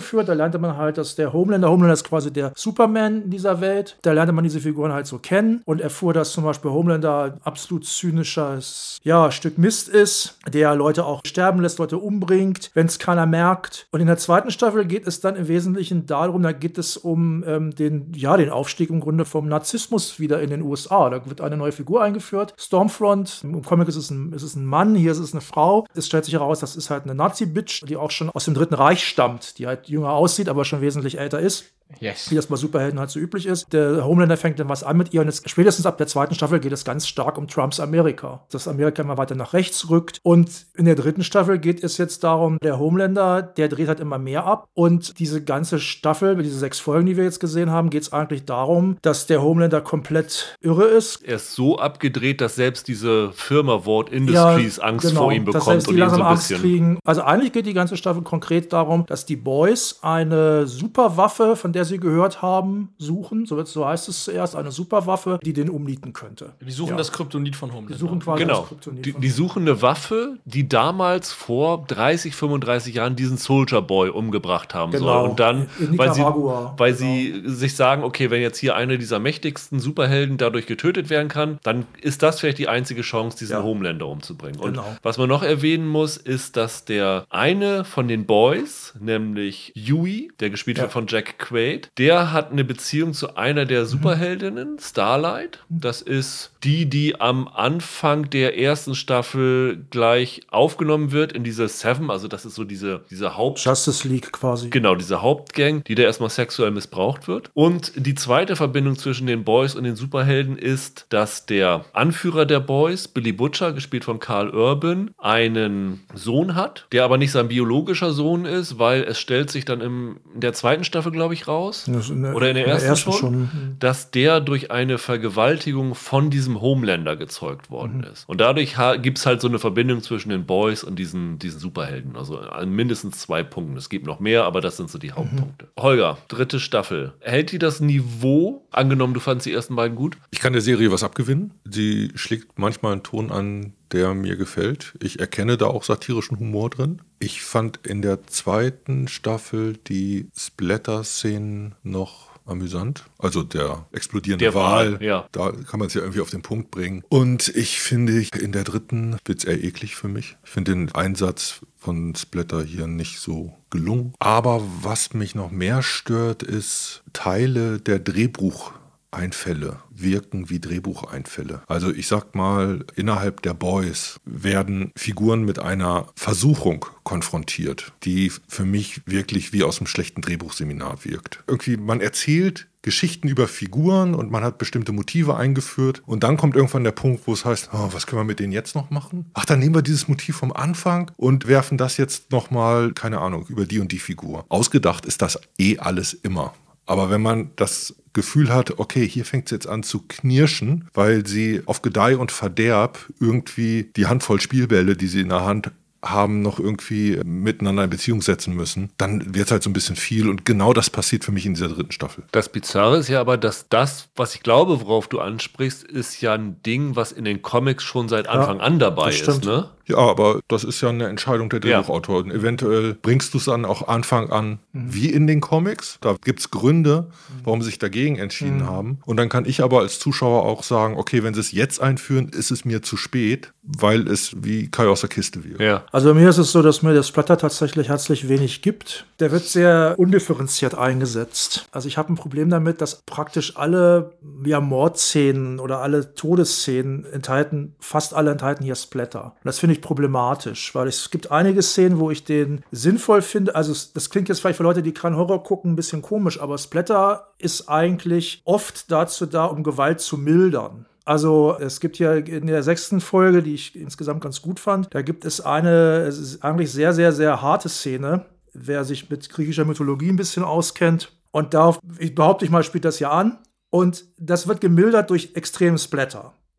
[SPEAKER 3] eingeführt. Da lernte man halt, dass der Homelander, Homelander ist quasi der Superman in dieser Welt. Da lernte man diese Figuren halt so kennen und erfuhr, dass zum Beispiel Homelander ein absolut zynisches, ja, Stück Mist ist, der Leute auch sterben lässt, Leute umbringt, wenn es keiner merkt. Und in der zweiten Staffel geht es dann im Wesentlichen darum, da geht es um ähm, den, ja, den Aufstieg im Grunde vom Narzissmus wieder in den U S A. Da wird eine neue Figur eingeführt, Stormfront. Im Comic ist es ein, ist es ein Mann, hier ist es eine Frau. Es stellt sich heraus, das ist halt eine Nazi-Bitch, die auch schon aus dem Dritten Reich stammt, die halt jünger aussieht, aber schon wesentlich älter ist.
[SPEAKER 4] Yes.
[SPEAKER 3] Wie das bei Superhelden halt so üblich ist. Der Homelander fängt dann was an mit ihr und jetzt spätestens ab der zweiten Staffel geht es ganz stark um Trumps Amerika. Dass Amerika immer weiter nach rechts rückt. Und in der dritten Staffel geht es jetzt darum, der Homelander, der dreht halt immer mehr ab. Und diese ganze Staffel, mit diesen sechs Folgen, die wir jetzt gesehen haben, geht es eigentlich darum, dass der Homelander komplett irre ist.
[SPEAKER 1] Er ist so abgedreht, dass selbst diese Firma Ward Industries ja, Angst
[SPEAKER 3] genau,
[SPEAKER 1] vor ihm bekommt
[SPEAKER 3] dass selbst die
[SPEAKER 1] und ihn
[SPEAKER 3] langsam
[SPEAKER 1] so ein
[SPEAKER 3] Angst
[SPEAKER 1] bisschen
[SPEAKER 3] kriegen. Also eigentlich geht die ganze Staffel konkret darum, dass die Boys eine Superwaffe, von der sie gehört haben, suchen, so, so heißt es zuerst, eine Superwaffe, die den umnieten könnte.
[SPEAKER 4] Die suchen
[SPEAKER 3] ja.
[SPEAKER 4] das Kryptonit von Homelander.
[SPEAKER 3] Die suchen quasi
[SPEAKER 1] genau.
[SPEAKER 3] das Kryptonit
[SPEAKER 1] Die,
[SPEAKER 3] von
[SPEAKER 1] die suchen eine Waffe, die damals vor dreißig, fünfunddreißig Jahren diesen Soldier Boy umgebracht haben
[SPEAKER 3] genau.
[SPEAKER 1] soll. Und dann,
[SPEAKER 3] in
[SPEAKER 1] weil, sie,
[SPEAKER 3] Nicaragua.
[SPEAKER 1] weil
[SPEAKER 3] genau.
[SPEAKER 1] sie sich sagen, okay, wenn jetzt hier eine dieser mächtigsten Superhelden dadurch getötet werden kann, dann ist das vielleicht die einzige Chance, diesen
[SPEAKER 3] ja.
[SPEAKER 1] Homelander umzubringen. Und
[SPEAKER 3] genau.
[SPEAKER 1] was man noch erwähnen muss, ist, dass der eine von den Boys, nämlich Huey, der gespielt ja. wird von Jack Quaid, der hat eine Beziehung zu einer der Superheldinnen, Starlight. Das ist die, die am Anfang der ersten Staffel gleich aufgenommen wird in diese Seven, also das ist so diese, diese Haupt...
[SPEAKER 3] Justice League quasi.
[SPEAKER 1] Genau, diese Hauptgang, die da erstmal sexuell missbraucht wird. Und die zweite Verbindung zwischen den Boys und den Superhelden ist, dass der Anführer der Boys, Billy Butcher, gespielt von Karl Urban, einen Sohn hat, der aber nicht sein biologischer Sohn ist, weil es stellt sich dann im, in der zweiten Staffel, glaube ich, raus. In der, oder in der ersten, in der ersten schon, schon, dass der durch eine Vergewaltigung von diesem Homelander gezeugt worden mhm. ist. Und dadurch ha- gibt es halt so eine Verbindung zwischen den Boys und diesen, diesen Superhelden. Also an mindestens zwei Punkten. Es gibt noch mehr, aber das sind so die Hauptpunkte. Mhm. Holger, dritte Staffel. Hält die das Niveau? Angenommen, du fandst die ersten beiden gut?
[SPEAKER 2] Ich kann der Serie was abgewinnen. Sie schlägt manchmal einen Ton an, der mir gefällt. Ich erkenne da auch satirischen Humor drin. Ich fand in der zweiten Staffel die Splatter-Szenen noch amüsant. Also der explodierende
[SPEAKER 1] der
[SPEAKER 2] Wal,
[SPEAKER 1] Wal ja.
[SPEAKER 2] da kann man es ja irgendwie auf den Punkt bringen. Und ich finde, in der dritten wird es eher eklig für mich. Ich finde den Einsatz von Splatter hier nicht so gelungen. Aber was mich noch mehr stört, ist Teile der Drehbuch Einfälle wirken wie Drehbucheinfälle. Also ich sag mal, innerhalb der Boys werden Figuren mit einer Versuchung konfrontiert, die für mich wirklich wie aus einem schlechten Drehbuchseminar wirkt. Irgendwie, man erzählt Geschichten über Figuren und man hat bestimmte Motive eingeführt und dann kommt irgendwann der Punkt, wo es heißt, oh, was können wir mit denen jetzt noch machen? Ach, dann nehmen wir dieses Motiv vom Anfang und werfen das jetzt nochmal, keine Ahnung, über die und die Figur. Ausgedacht ist das eh alles immer. Aber wenn man das Gefühl hat, okay, hier fängt es jetzt an zu knirschen, weil sie auf Gedeih und Verderb irgendwie die Handvoll Spielbälle, die sie in der Hand haben, noch irgendwie miteinander in Beziehung setzen müssen, dann wird es halt so ein bisschen viel und genau das passiert für mich in dieser dritten Staffel.
[SPEAKER 1] Das Bizarre ist ja aber, dass das, was ich glaube, worauf du ansprichst, ist ja ein Ding, was in den Comics schon seit Anfang ja, an dabei ist, ne?
[SPEAKER 2] Ja, aber das ist ja eine Entscheidung der Drehbuchautoren. Ja. Eventuell bringst du es dann auch Anfang an mhm. wie in den Comics. Da gibt es Gründe, warum sie sich dagegen entschieden mhm. haben. Und dann kann ich aber als Zuschauer auch sagen, okay, wenn sie es jetzt einführen, ist es mir zu spät, weil es wie Kai aus der Kiste wird.
[SPEAKER 1] Ja.
[SPEAKER 3] Also bei mir ist es so, dass mir der Splatter tatsächlich herzlich wenig gibt. Der wird sehr undifferenziert eingesetzt. Also ich habe ein Problem damit, dass praktisch alle ja, Mordszenen oder alle Todesszenen enthalten, fast alle enthalten hier Splatter. Und das finde ich problematisch, weil es gibt einige Szenen, wo ich den sinnvoll finde. Also das klingt jetzt vielleicht für Leute, die keinen Horror gucken, ein bisschen komisch, aber Splatter ist eigentlich oft dazu da, um Gewalt zu mildern. Also es gibt ja in der sechsten Folge, die ich insgesamt ganz gut fand, da gibt es eine es ist eigentlich sehr, sehr, sehr harte Szene, wer sich mit griechischer Mythologie ein bisschen auskennt. Und da, ich behaupte ich mal, spielt das ja an. Und das wird gemildert durch extremen Splatter.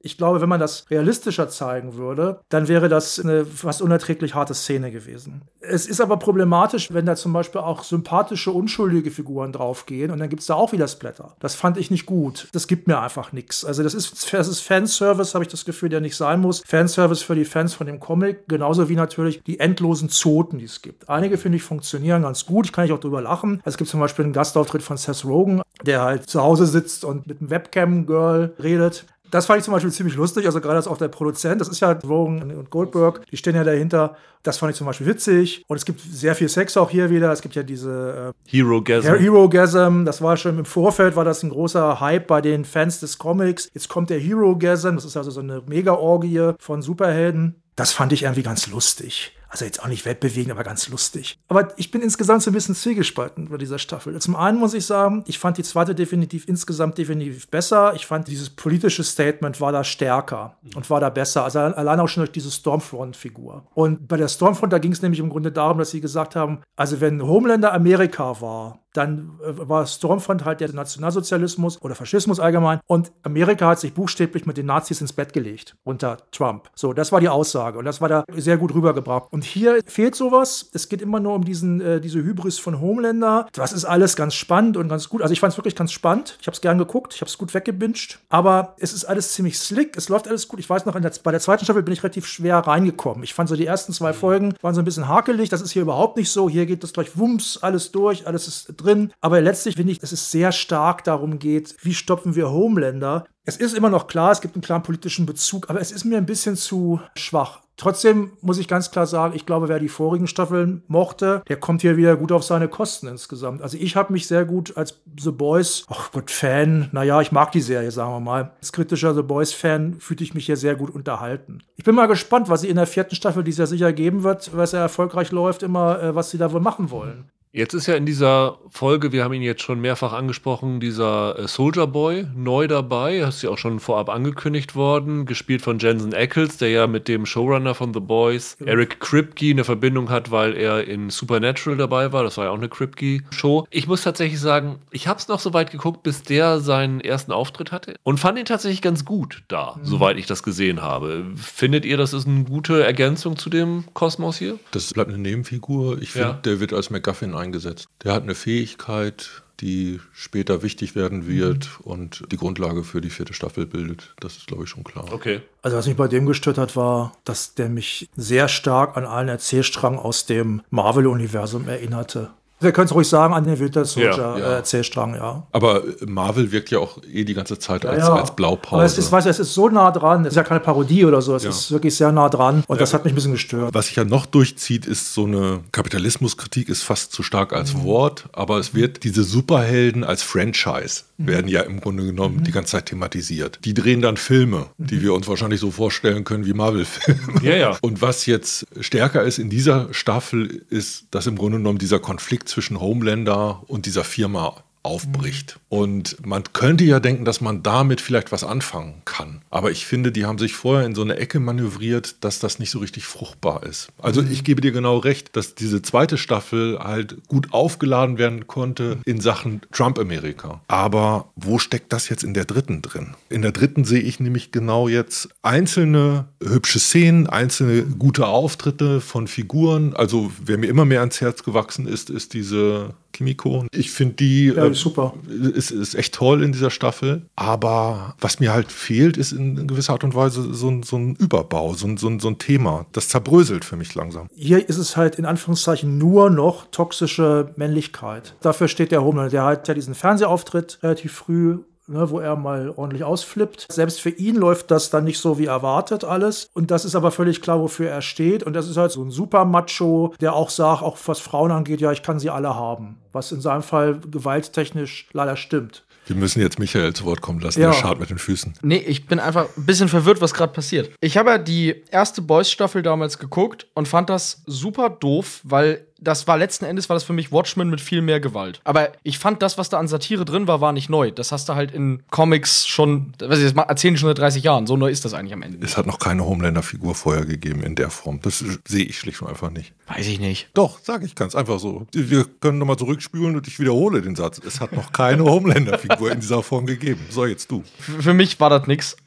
[SPEAKER 3] Ich glaube, wenn man das realistischer zeigen würde, dann wäre das eine fast unerträglich harte Szene gewesen. Es ist aber problematisch, wenn da zum Beispiel auch sympathische, unschuldige Figuren draufgehen und dann gibt es da auch wieder Splatter. Das fand ich nicht gut. Das gibt mir einfach nichts. Also das ist, das ist Fanservice, habe ich das Gefühl, der nicht sein muss. Fanservice für die Fans von dem Comic, genauso wie natürlich die endlosen Zoten, die es gibt. Einige, finde ich, funktionieren ganz gut. Ich kann nicht auch drüber lachen. Also es gibt zum Beispiel einen Gastauftritt von Seth Rogen, der halt zu Hause sitzt und mit einem Webcam-Girl redet. Das fand ich zum Beispiel ziemlich lustig, also gerade als auch der Produzent, das ist ja Rogen und Goldberg, die stehen ja dahinter. Das fand ich zum Beispiel witzig. Und es gibt sehr viel Sex auch hier wieder. Es gibt ja diese
[SPEAKER 1] äh, Hero-Gasm.
[SPEAKER 3] Hero-Gasm. Das war schon im Vorfeld, war das ein großer Hype bei den Fans des Comics. Jetzt kommt der Hero-Gasm. Das ist also so eine Mega-Orgie von Superhelden. Das fand ich irgendwie ganz lustig. Also jetzt auch nicht weltbewegend, aber ganz lustig. Aber ich bin insgesamt so ein bisschen zwiegespalten bei dieser Staffel. Zum einen muss ich sagen, ich fand die zweite definitiv insgesamt definitiv besser. Ich fand dieses politische Statement war da stärker und war da besser. Also allein auch schon durch diese Stormfront-Figur. Und bei der Stormfront, da ging es nämlich im Grunde darum, dass sie gesagt haben, also wenn Homelander Amerika war, dann war Stormfront halt der Nationalsozialismus oder Faschismus allgemein. Und Amerika hat sich buchstäblich mit den Nazis ins Bett gelegt unter Trump. So, das war die Aussage. Und das war da sehr gut rübergebracht. Und hier fehlt sowas. Es geht immer nur um diesen, äh, diese Hybris von Homelander. Das ist alles ganz spannend und ganz gut. Also ich fand es wirklich ganz spannend. Ich habe es gern geguckt. Ich habe es gut weggebinged. Aber es ist alles ziemlich slick. Es läuft alles gut. Ich weiß noch, in der, bei der zweiten Staffel bin ich relativ schwer reingekommen. Ich fand so die ersten zwei Folgen waren so ein bisschen hakelig. Das ist hier überhaupt nicht so. Hier geht das gleich wumms, alles durch. Alles ist drin. Aber letztlich finde ich, dass es sehr stark darum geht, wie stopfen wir Homelander. Es ist immer noch klar, es gibt einen klaren politischen Bezug, aber es ist mir ein bisschen zu schwach. Trotzdem muss ich ganz klar sagen, ich glaube, wer die vorigen Staffeln mochte, der kommt hier wieder gut auf seine Kosten insgesamt. Also ich habe mich sehr gut als The Boys, ach Gott, Fan, naja, ich mag die Serie, sagen wir mal. Als kritischer The Boys-Fan fühlte ich mich hier sehr gut unterhalten. Ich bin mal gespannt, was sie in der vierten Staffel, die es ja sicher geben wird, weil es ja erfolgreich läuft, immer, äh, was sie da wohl machen wollen.
[SPEAKER 1] Jetzt ist ja in dieser Folge, wir haben ihn jetzt schon mehrfach angesprochen, dieser äh, Soldier Boy neu dabei. Das ist ja auch schon vorab angekündigt worden. Gespielt von Jensen Ackles, der ja mit dem Showrunner von The Boys, Eric Kripke, eine Verbindung hat, weil er in Supernatural dabei war. Das war ja auch eine Kripke-Show. Ich muss tatsächlich sagen, ich habe es noch so weit geguckt, bis der seinen ersten Auftritt hatte. Und fand ihn tatsächlich ganz gut da, mhm. soweit ich das gesehen habe. Findet ihr, das ist eine gute Ergänzung zu dem Kosmos hier?
[SPEAKER 2] Das bleibt eine Nebenfigur. Ich finde, ja. der wird als MacGuffin eingesetzt. Der hat eine Fähigkeit, die später wichtig werden wird mhm. und die Grundlage für die vierte Staffel bildet. Das ist, glaube ich, schon klar.
[SPEAKER 1] Okay.
[SPEAKER 3] Also was mich bei dem gestört hat, war, dass der mich sehr stark an einen Erzählstrang aus dem Marvel-Universum erinnerte. Wir können es ruhig sagen, an den Winter Soldier-Erzählstrang, ja, ja.
[SPEAKER 2] ja. Aber Marvel wirkt ja auch eh die ganze Zeit als,
[SPEAKER 3] ja, ja.
[SPEAKER 2] als Blaupause.
[SPEAKER 3] Aber es ist, weißt du, es ist so nah dran. Es ist ja keine Parodie oder so. Es ja. ist wirklich sehr nah dran. Und ja. das hat mich ein bisschen gestört.
[SPEAKER 2] Was sich ja noch durchzieht, ist so eine Kapitalismuskritik, ist fast zu stark als mhm. Wort. Aber es wird, diese Superhelden als Franchise mhm. werden ja im Grunde genommen mhm. die ganze Zeit thematisiert. Die drehen dann Filme, mhm. die wir uns wahrscheinlich so vorstellen können wie Marvel-Filme.
[SPEAKER 1] Ja, ja.
[SPEAKER 2] Und was jetzt stärker ist in dieser Staffel, ist, dass im Grunde genommen dieser Konflikt zwischen Homelander und dieser Firma aufbricht. Mhm. Und man könnte ja denken, dass man damit vielleicht was anfangen kann. Aber ich finde, die haben sich vorher in so eine Ecke manövriert, dass das nicht so richtig fruchtbar ist. Also mhm. ich gebe dir genau recht, dass diese zweite Staffel halt gut aufgeladen werden konnte in Sachen Trump-Amerika. Aber wo steckt das jetzt in der dritten drin? In der dritten sehe ich nämlich genau jetzt einzelne hübsche Szenen, einzelne gute Auftritte von Figuren. Also wer mir immer mehr ans Herz gewachsen ist, ist diese Kimiko. Ich finde die
[SPEAKER 3] ja, äh, super.
[SPEAKER 2] Ist, ist echt toll in dieser Staffel. Aber was mir halt fehlt, ist in gewisser Art und Weise so ein, so ein Überbau, so ein, so, ein, so ein Thema. Das zerbröselt für mich langsam.
[SPEAKER 3] Hier ist es halt in Anführungszeichen nur noch toxische Männlichkeit. Dafür steht der Homelander. Der hat ja diesen Fernsehauftritt relativ früh, ne, wo er mal ordentlich ausflippt. Selbst für ihn läuft das dann nicht so wie erwartet alles. Und das ist aber völlig klar, wofür er steht. Und das ist halt so ein super Macho, der auch sagt, auch was Frauen angeht, ja, ich kann sie alle haben. Was in seinem Fall gewalttechnisch leider stimmt.
[SPEAKER 2] Wir müssen jetzt Michael zu Wort kommen lassen,
[SPEAKER 3] ja.
[SPEAKER 2] der scharrt mit den Füßen.
[SPEAKER 4] Nee, ich bin einfach ein bisschen verwirrt, was gerade passiert. Ich habe ja die erste Boys-Staffel damals geguckt und fand das super doof, weil das war letzten Endes war das für mich Watchmen mit viel mehr Gewalt. Aber ich fand, das, was da an Satire drin war, war nicht neu. Das hast du halt in Comics schon, was ich, das erzählen die schon seit dreißig Jahren. So neu ist das eigentlich am Ende.
[SPEAKER 2] Es hat noch keine Homelander-Figur vorher gegeben in der Form. Das sehe ich schlicht und einfach nicht.
[SPEAKER 4] Weiß ich nicht.
[SPEAKER 2] Doch, sage ich ganz einfach so. Wir können nochmal zurückspülen und ich wiederhole den Satz. Es hat noch keine Homelander-Figur in dieser Form gegeben. So, jetzt du.
[SPEAKER 4] Für, für mich war das nix. Und dann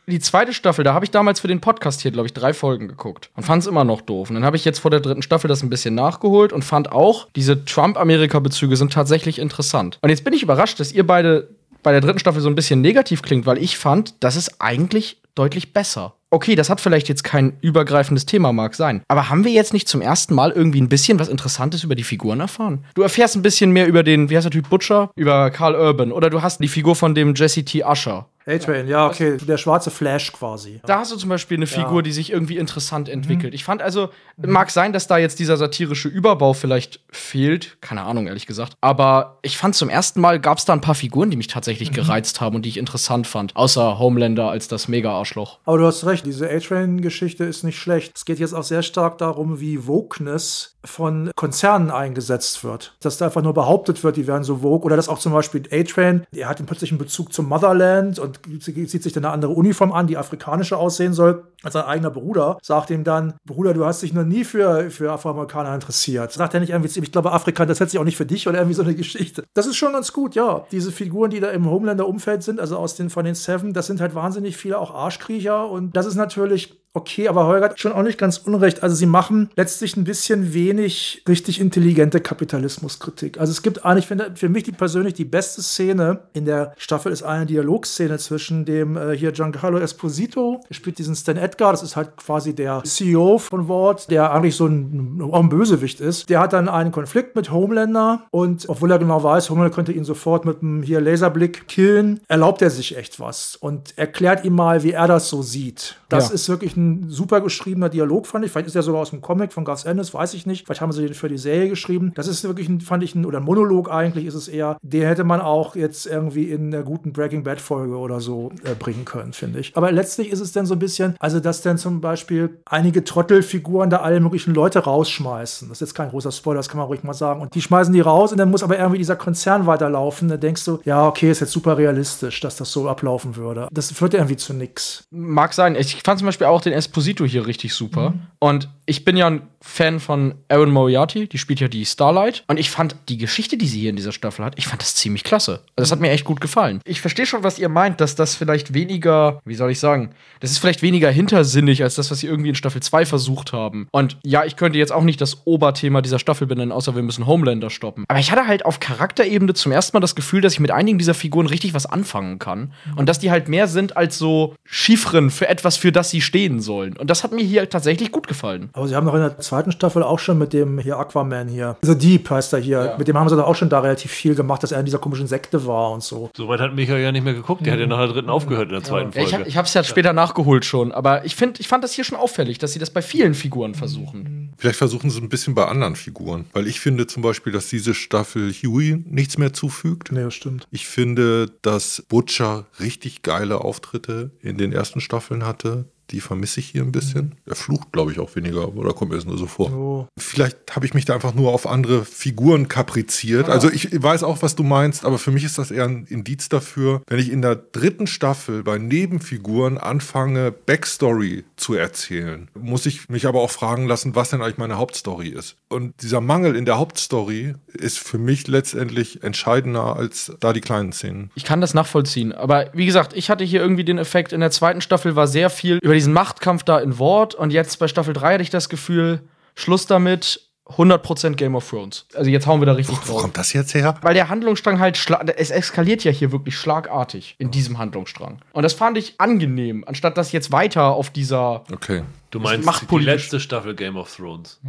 [SPEAKER 4] die zweite Staffel, da habe ich damals für den Podcast hier, glaube ich, drei Folgen geguckt und fand es immer noch doof. Und dann habe ich jetzt vor der dritten Staffel das ein bisschen nachgeholt und fand auch, diese Trump-Amerika-Bezüge sind tatsächlich interessant. Und jetzt bin ich überrascht, dass ihr beide bei der dritten Staffel so ein bisschen negativ klingt, weil ich fand, das ist eigentlich deutlich besser. Okay, das hat vielleicht jetzt kein übergreifendes Thema, mag sein. Aber haben wir jetzt nicht zum ersten Mal irgendwie ein bisschen was Interessantes über die Figuren erfahren? Du erfährst ein bisschen mehr über den, wie heißt der Typ, Butcher? Über Karl Urban. Oder du hast die Figur von dem Jesse T. Usher.
[SPEAKER 3] A-Train, ja, okay. Der schwarze Flash quasi.
[SPEAKER 4] Da hast du zum Beispiel eine Figur, ja. die sich irgendwie interessant entwickelt.
[SPEAKER 3] Mhm.
[SPEAKER 4] Ich fand also, mag sein, dass da jetzt dieser satirische Überbau vielleicht fehlt. Keine Ahnung, ehrlich gesagt. Aber ich fand, zum ersten Mal gab es da ein paar Figuren, die mich tatsächlich mhm. gereizt haben und die ich interessant fand. Außer Homelander als das Mega-Arschloch.
[SPEAKER 3] Aber du hast recht, diese A-Train-Geschichte ist nicht schlecht. Es geht jetzt auch sehr stark darum, wie Wokeness von Konzernen eingesetzt wird. Dass da einfach nur behauptet wird, die wären so woke. Oder dass auch zum Beispiel A-Train, der hat plötzlich einen Bezug zum Motherland und zieht sich dann eine andere Uniform an, die afrikanischer aussehen soll als sein eigener Bruder. Sagt ihm dann, Bruder, du hast dich noch nie für, für Afroamerikaner interessiert. Sagt er nicht irgendwie, ich glaube, Afrika, das hält sich auch nicht für dich oder irgendwie so eine Geschichte. Das ist schon ganz gut, ja. Diese Figuren, die da im Homelander-Umfeld sind, also aus den, von den Seven, das sind halt wahnsinnig viele auch Arschkriecher und das ist natürlich okay, aber Holger hat schon auch nicht ganz unrecht. Also sie machen letztlich ein bisschen wenig richtig intelligente Kapitalismuskritik. Also es gibt eigentlich, finde für mich die persönlich die beste Szene in der Staffel ist eine Dialogszene zwischen dem äh, hier Giancarlo Esposito, der spielt diesen Stan Edgar, das ist halt quasi der C E O von Vought, der eigentlich so ein, auch ein Bösewicht ist. Der hat dann einen Konflikt mit Homelander und obwohl er genau weiß, Homelander könnte ihn sofort mit einem hier Laserblick killen, erlaubt er sich echt was und erklärt ihm mal, wie er das so sieht. Das ja. ist wirklich ein super geschriebener Dialog, fand ich. Vielleicht ist er sogar aus dem Comic von Garth Ennis, weiß ich nicht. Vielleicht haben sie den für die Serie geschrieben. Das ist wirklich, ein, fand ich, ein, oder ein Monolog eigentlich ist es eher. Den hätte man auch jetzt irgendwie in einer guten Breaking Bad Folge oder so äh, bringen können, finde ich. Aber letztlich ist es dann so ein bisschen, also dass dann zum Beispiel einige Trottelfiguren da alle möglichen Leute rausschmeißen. Das ist jetzt kein großer Spoiler, das kann man ruhig mal sagen. Und die schmeißen die raus und dann muss aber irgendwie dieser Konzern weiterlaufen. Da denkst du, ja, okay, ist jetzt super realistisch, dass das so ablaufen würde. Das führt irgendwie zu nix.
[SPEAKER 4] Mag sein. Ich fand zum Beispiel auch den Esposito hier richtig super. Mhm. Und ich bin ja ein Fan von Erin Moriarty, die spielt ja die Starlight. Und ich fand die Geschichte, die sie hier in dieser Staffel hat, ich fand das ziemlich klasse. Also das hat mir echt gut gefallen. Ich verstehe schon, was ihr meint, dass das vielleicht weniger, wie soll ich sagen, das ist vielleicht weniger hintersinnig als das, was sie irgendwie in Staffel zwei versucht haben. Und ja, ich könnte jetzt auch nicht das Oberthema dieser Staffel benennen, außer wir müssen Homelander stoppen. Aber ich hatte halt auf Charakterebene zum ersten Mal das Gefühl, dass ich mit einigen dieser Figuren richtig was anfangen kann. Und dass die halt mehr sind als so Chiffren für etwas, für das sie stehen sollen. Und das hat mir hier tatsächlich gut gefallen.
[SPEAKER 3] Aber sie haben noch in der zweiten Staffel auch schon mit dem hier Aquaman hier, The Deep heißt er hier, ja. Mit dem haben sie doch auch schon da relativ viel gemacht, dass er in dieser komischen Sekte war und so.
[SPEAKER 1] Soweit hat Michael ja nicht mehr geguckt, der mhm. hat ja nach der dritten aufgehört in der zweiten ja. Folge.
[SPEAKER 4] Ja, ich, hab, ich hab's ja später nachgeholt schon, aber ich, find, ich fand das hier schon auffällig, dass sie das bei vielen Figuren versuchen.
[SPEAKER 2] Vielleicht versuchen sie ein bisschen bei anderen Figuren, weil ich finde zum Beispiel, dass diese Staffel Huey nichts mehr zufügt.
[SPEAKER 3] Nee, das stimmt.
[SPEAKER 2] Ich finde, dass Butcher richtig geile Auftritte in den ersten Staffeln hatte. Die vermisse ich hier ein bisschen. Er flucht, glaube ich, auch weniger, oder kommt mir das nur so vor? Oh. Vielleicht habe ich mich da einfach nur auf andere Figuren kapriziert. Ah. Also ich weiß auch, was du meinst, aber für mich ist das eher ein Indiz dafür, wenn ich in der dritten Staffel bei Nebenfiguren anfange, Backstory zu erzählen, muss ich mich aber auch fragen lassen, was denn eigentlich meine Hauptstory ist. Und dieser Mangel in der Hauptstory ist für mich letztendlich entscheidender als da die kleinen Szenen.
[SPEAKER 4] Ich kann das nachvollziehen, aber wie gesagt, ich hatte hier irgendwie den Effekt, in der zweiten Staffel war sehr viel über die diesen Machtkampf da in Wort und jetzt bei Staffel drei hatte ich das Gefühl, Schluss damit, hundert Prozent Game of Thrones. Also jetzt hauen wir da richtig
[SPEAKER 2] drauf. Wo
[SPEAKER 4] drauf.
[SPEAKER 2] kommt das jetzt her?
[SPEAKER 4] Weil der Handlungsstrang halt, schla- es eskaliert ja hier wirklich schlagartig in diesem Handlungsstrang. Und das fand ich angenehm, anstatt das jetzt weiter auf dieser
[SPEAKER 2] okay.
[SPEAKER 1] Du meinst die letzte Staffel Game of Thrones?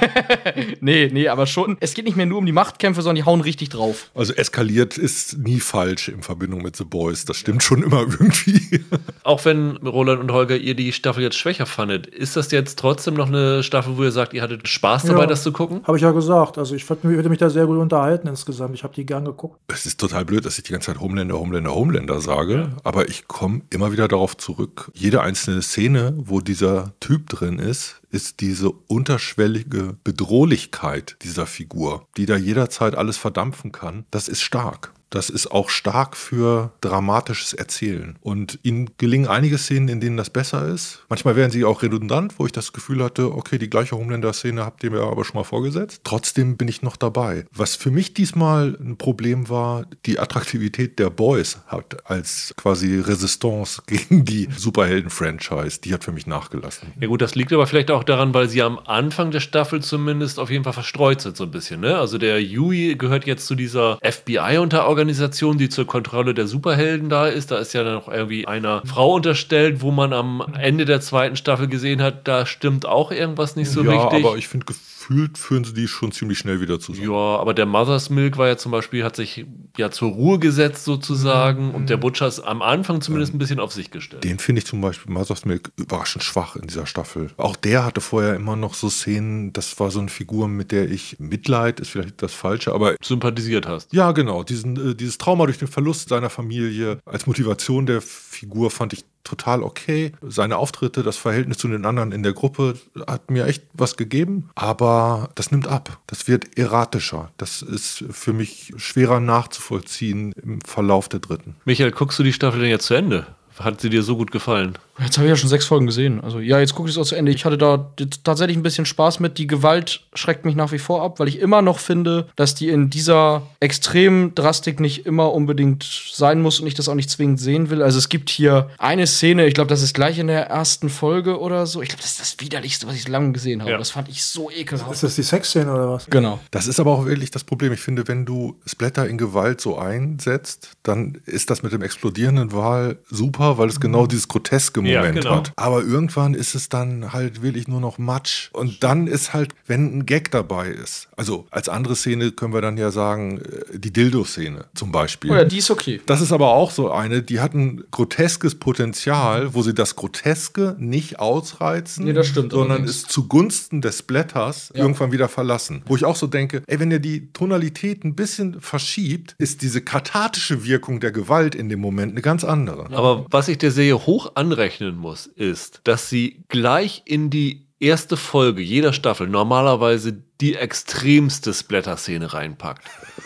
[SPEAKER 4] nee, nee, aber schon. Es geht nicht mehr nur um die Machtkämpfe, sondern die hauen richtig drauf.
[SPEAKER 2] Also eskaliert ist nie falsch in Verbindung mit The Boys. Das stimmt schon immer irgendwie.
[SPEAKER 1] Auch wenn Roland und Holger ihr die Staffel jetzt schwächer fandet, ist das jetzt trotzdem noch eine Staffel, wo ihr sagt, ihr hattet Spaß dabei, ja, das zu gucken?
[SPEAKER 3] Habe ich ja gesagt. Also ich würde mich da sehr gut unterhalten insgesamt. Ich habe die gern geguckt.
[SPEAKER 2] Es ist total blöd, dass ich die ganze Zeit Homelander, Homelander, Homelander sage. Ja. Aber ich komme immer wieder darauf zurück. Jede einzelne Szene, wo dieser Typ drin ist, ist diese unterschwellige Bedrohlichkeit dieser Figur, die da jederzeit alles verdampfen kann. Das ist stark. Das ist auch stark für dramatisches Erzählen. Und ihnen gelingen einige Szenen, in denen das besser ist. Manchmal werden sie auch redundant, wo ich das Gefühl hatte, okay, die gleiche Homelander-Szene habt ihr mir aber schon mal vorgesetzt. Trotzdem bin ich noch dabei. Was für mich diesmal ein Problem war, die Attraktivität der Boys hat als quasi Resistance gegen die Superhelden-Franchise. Die hat für mich nachgelassen.
[SPEAKER 1] Ja gut, das liegt aber vielleicht auch daran, weil sie am Anfang der Staffel zumindest auf jeden Fall verstreut sind so ein bisschen. Ne? Also der Yui gehört jetzt zu dieser F B I-Unterorganisation, die zur Kontrolle der Superhelden da ist. Da ist ja dann noch irgendwie einer Frau unterstellt, wo man am Ende der zweiten Staffel gesehen hat, da stimmt auch irgendwas nicht so
[SPEAKER 2] ja,
[SPEAKER 1] richtig.
[SPEAKER 2] Ja, aber ich finde, gefühlt führen sie die schon ziemlich schnell wieder zusammen.
[SPEAKER 1] Ja, aber der Mother's Milk war ja zum Beispiel, hat sich ja zur Ruhe gesetzt sozusagen, mhm. und der Butcher ist am Anfang zumindest ein bisschen auf sich gestellt.
[SPEAKER 2] Den finde ich zum Beispiel, Mother's Milk, überraschend schwach in dieser Staffel. Auch der hatte vorher immer noch so Szenen, das war so eine Figur, mit der ich Mitleid, ist vielleicht das Falsche, aber
[SPEAKER 1] sympathisiert hast.
[SPEAKER 2] Ja, genau. Diesen, äh, dieses Trauma durch den Verlust seiner Familie als Motivation der Figur fand ich total okay. Seine Auftritte, das Verhältnis zu den anderen in der Gruppe hat mir echt was gegeben, aber das nimmt ab. Das wird erratischer. Das ist für mich schwerer nachzuvollziehen im Verlauf der dritten.
[SPEAKER 1] Michael, guckst du die Staffel denn jetzt zu Ende? Hat sie dir so gut gefallen?
[SPEAKER 4] Jetzt habe ich ja schon sechs Folgen gesehen. Also ja, jetzt gucke ich es auch zu Ende. Ich hatte da tatsächlich ein bisschen Spaß mit. Die Gewalt schreckt mich nach wie vor ab, weil ich immer noch finde, dass die in dieser extremen Drastik nicht immer unbedingt sein muss und ich das auch nicht zwingend sehen will. Also es gibt hier eine Szene, ich glaube, das ist gleich in der ersten Folge oder so. Ich glaube, das ist das Widerlichste, was ich lange gesehen habe. Ja. Das fand ich so ekelhaft.
[SPEAKER 3] Ist das die Sexszene oder was?
[SPEAKER 4] Genau.
[SPEAKER 2] Das ist aber auch wirklich das Problem. Ich finde, wenn du Splatter in Gewalt so einsetzt, dann ist das mit dem explodierenden Wal super, weil es genau dieses groteske Moment ja, genau. hat. Aber irgendwann ist es dann halt wirklich nur noch Matsch. Und dann ist halt, wenn ein Gag dabei ist, also als andere Szene können wir dann ja sagen, die Dildo-Szene zum Beispiel.
[SPEAKER 4] Oh ja, die ist okay.
[SPEAKER 2] Das ist aber auch so eine, die hat ein groteskes Potenzial, wo sie das Groteske nicht ausreizen,
[SPEAKER 4] nee, das stimmt,
[SPEAKER 2] sondern es zugunsten des Splatters ja. irgendwann wieder verlassen. Wo ich auch so denke, ey, wenn ihr die Tonalität ein bisschen verschiebt, ist diese kathartische Wirkung der Gewalt in dem Moment eine ganz andere.
[SPEAKER 1] Aber was ich der Serie hoch anrechnen muss, ist, dass sie gleich in die erste Folge jeder Staffel normalerweise die extremste Splatter-Szene reinpackt.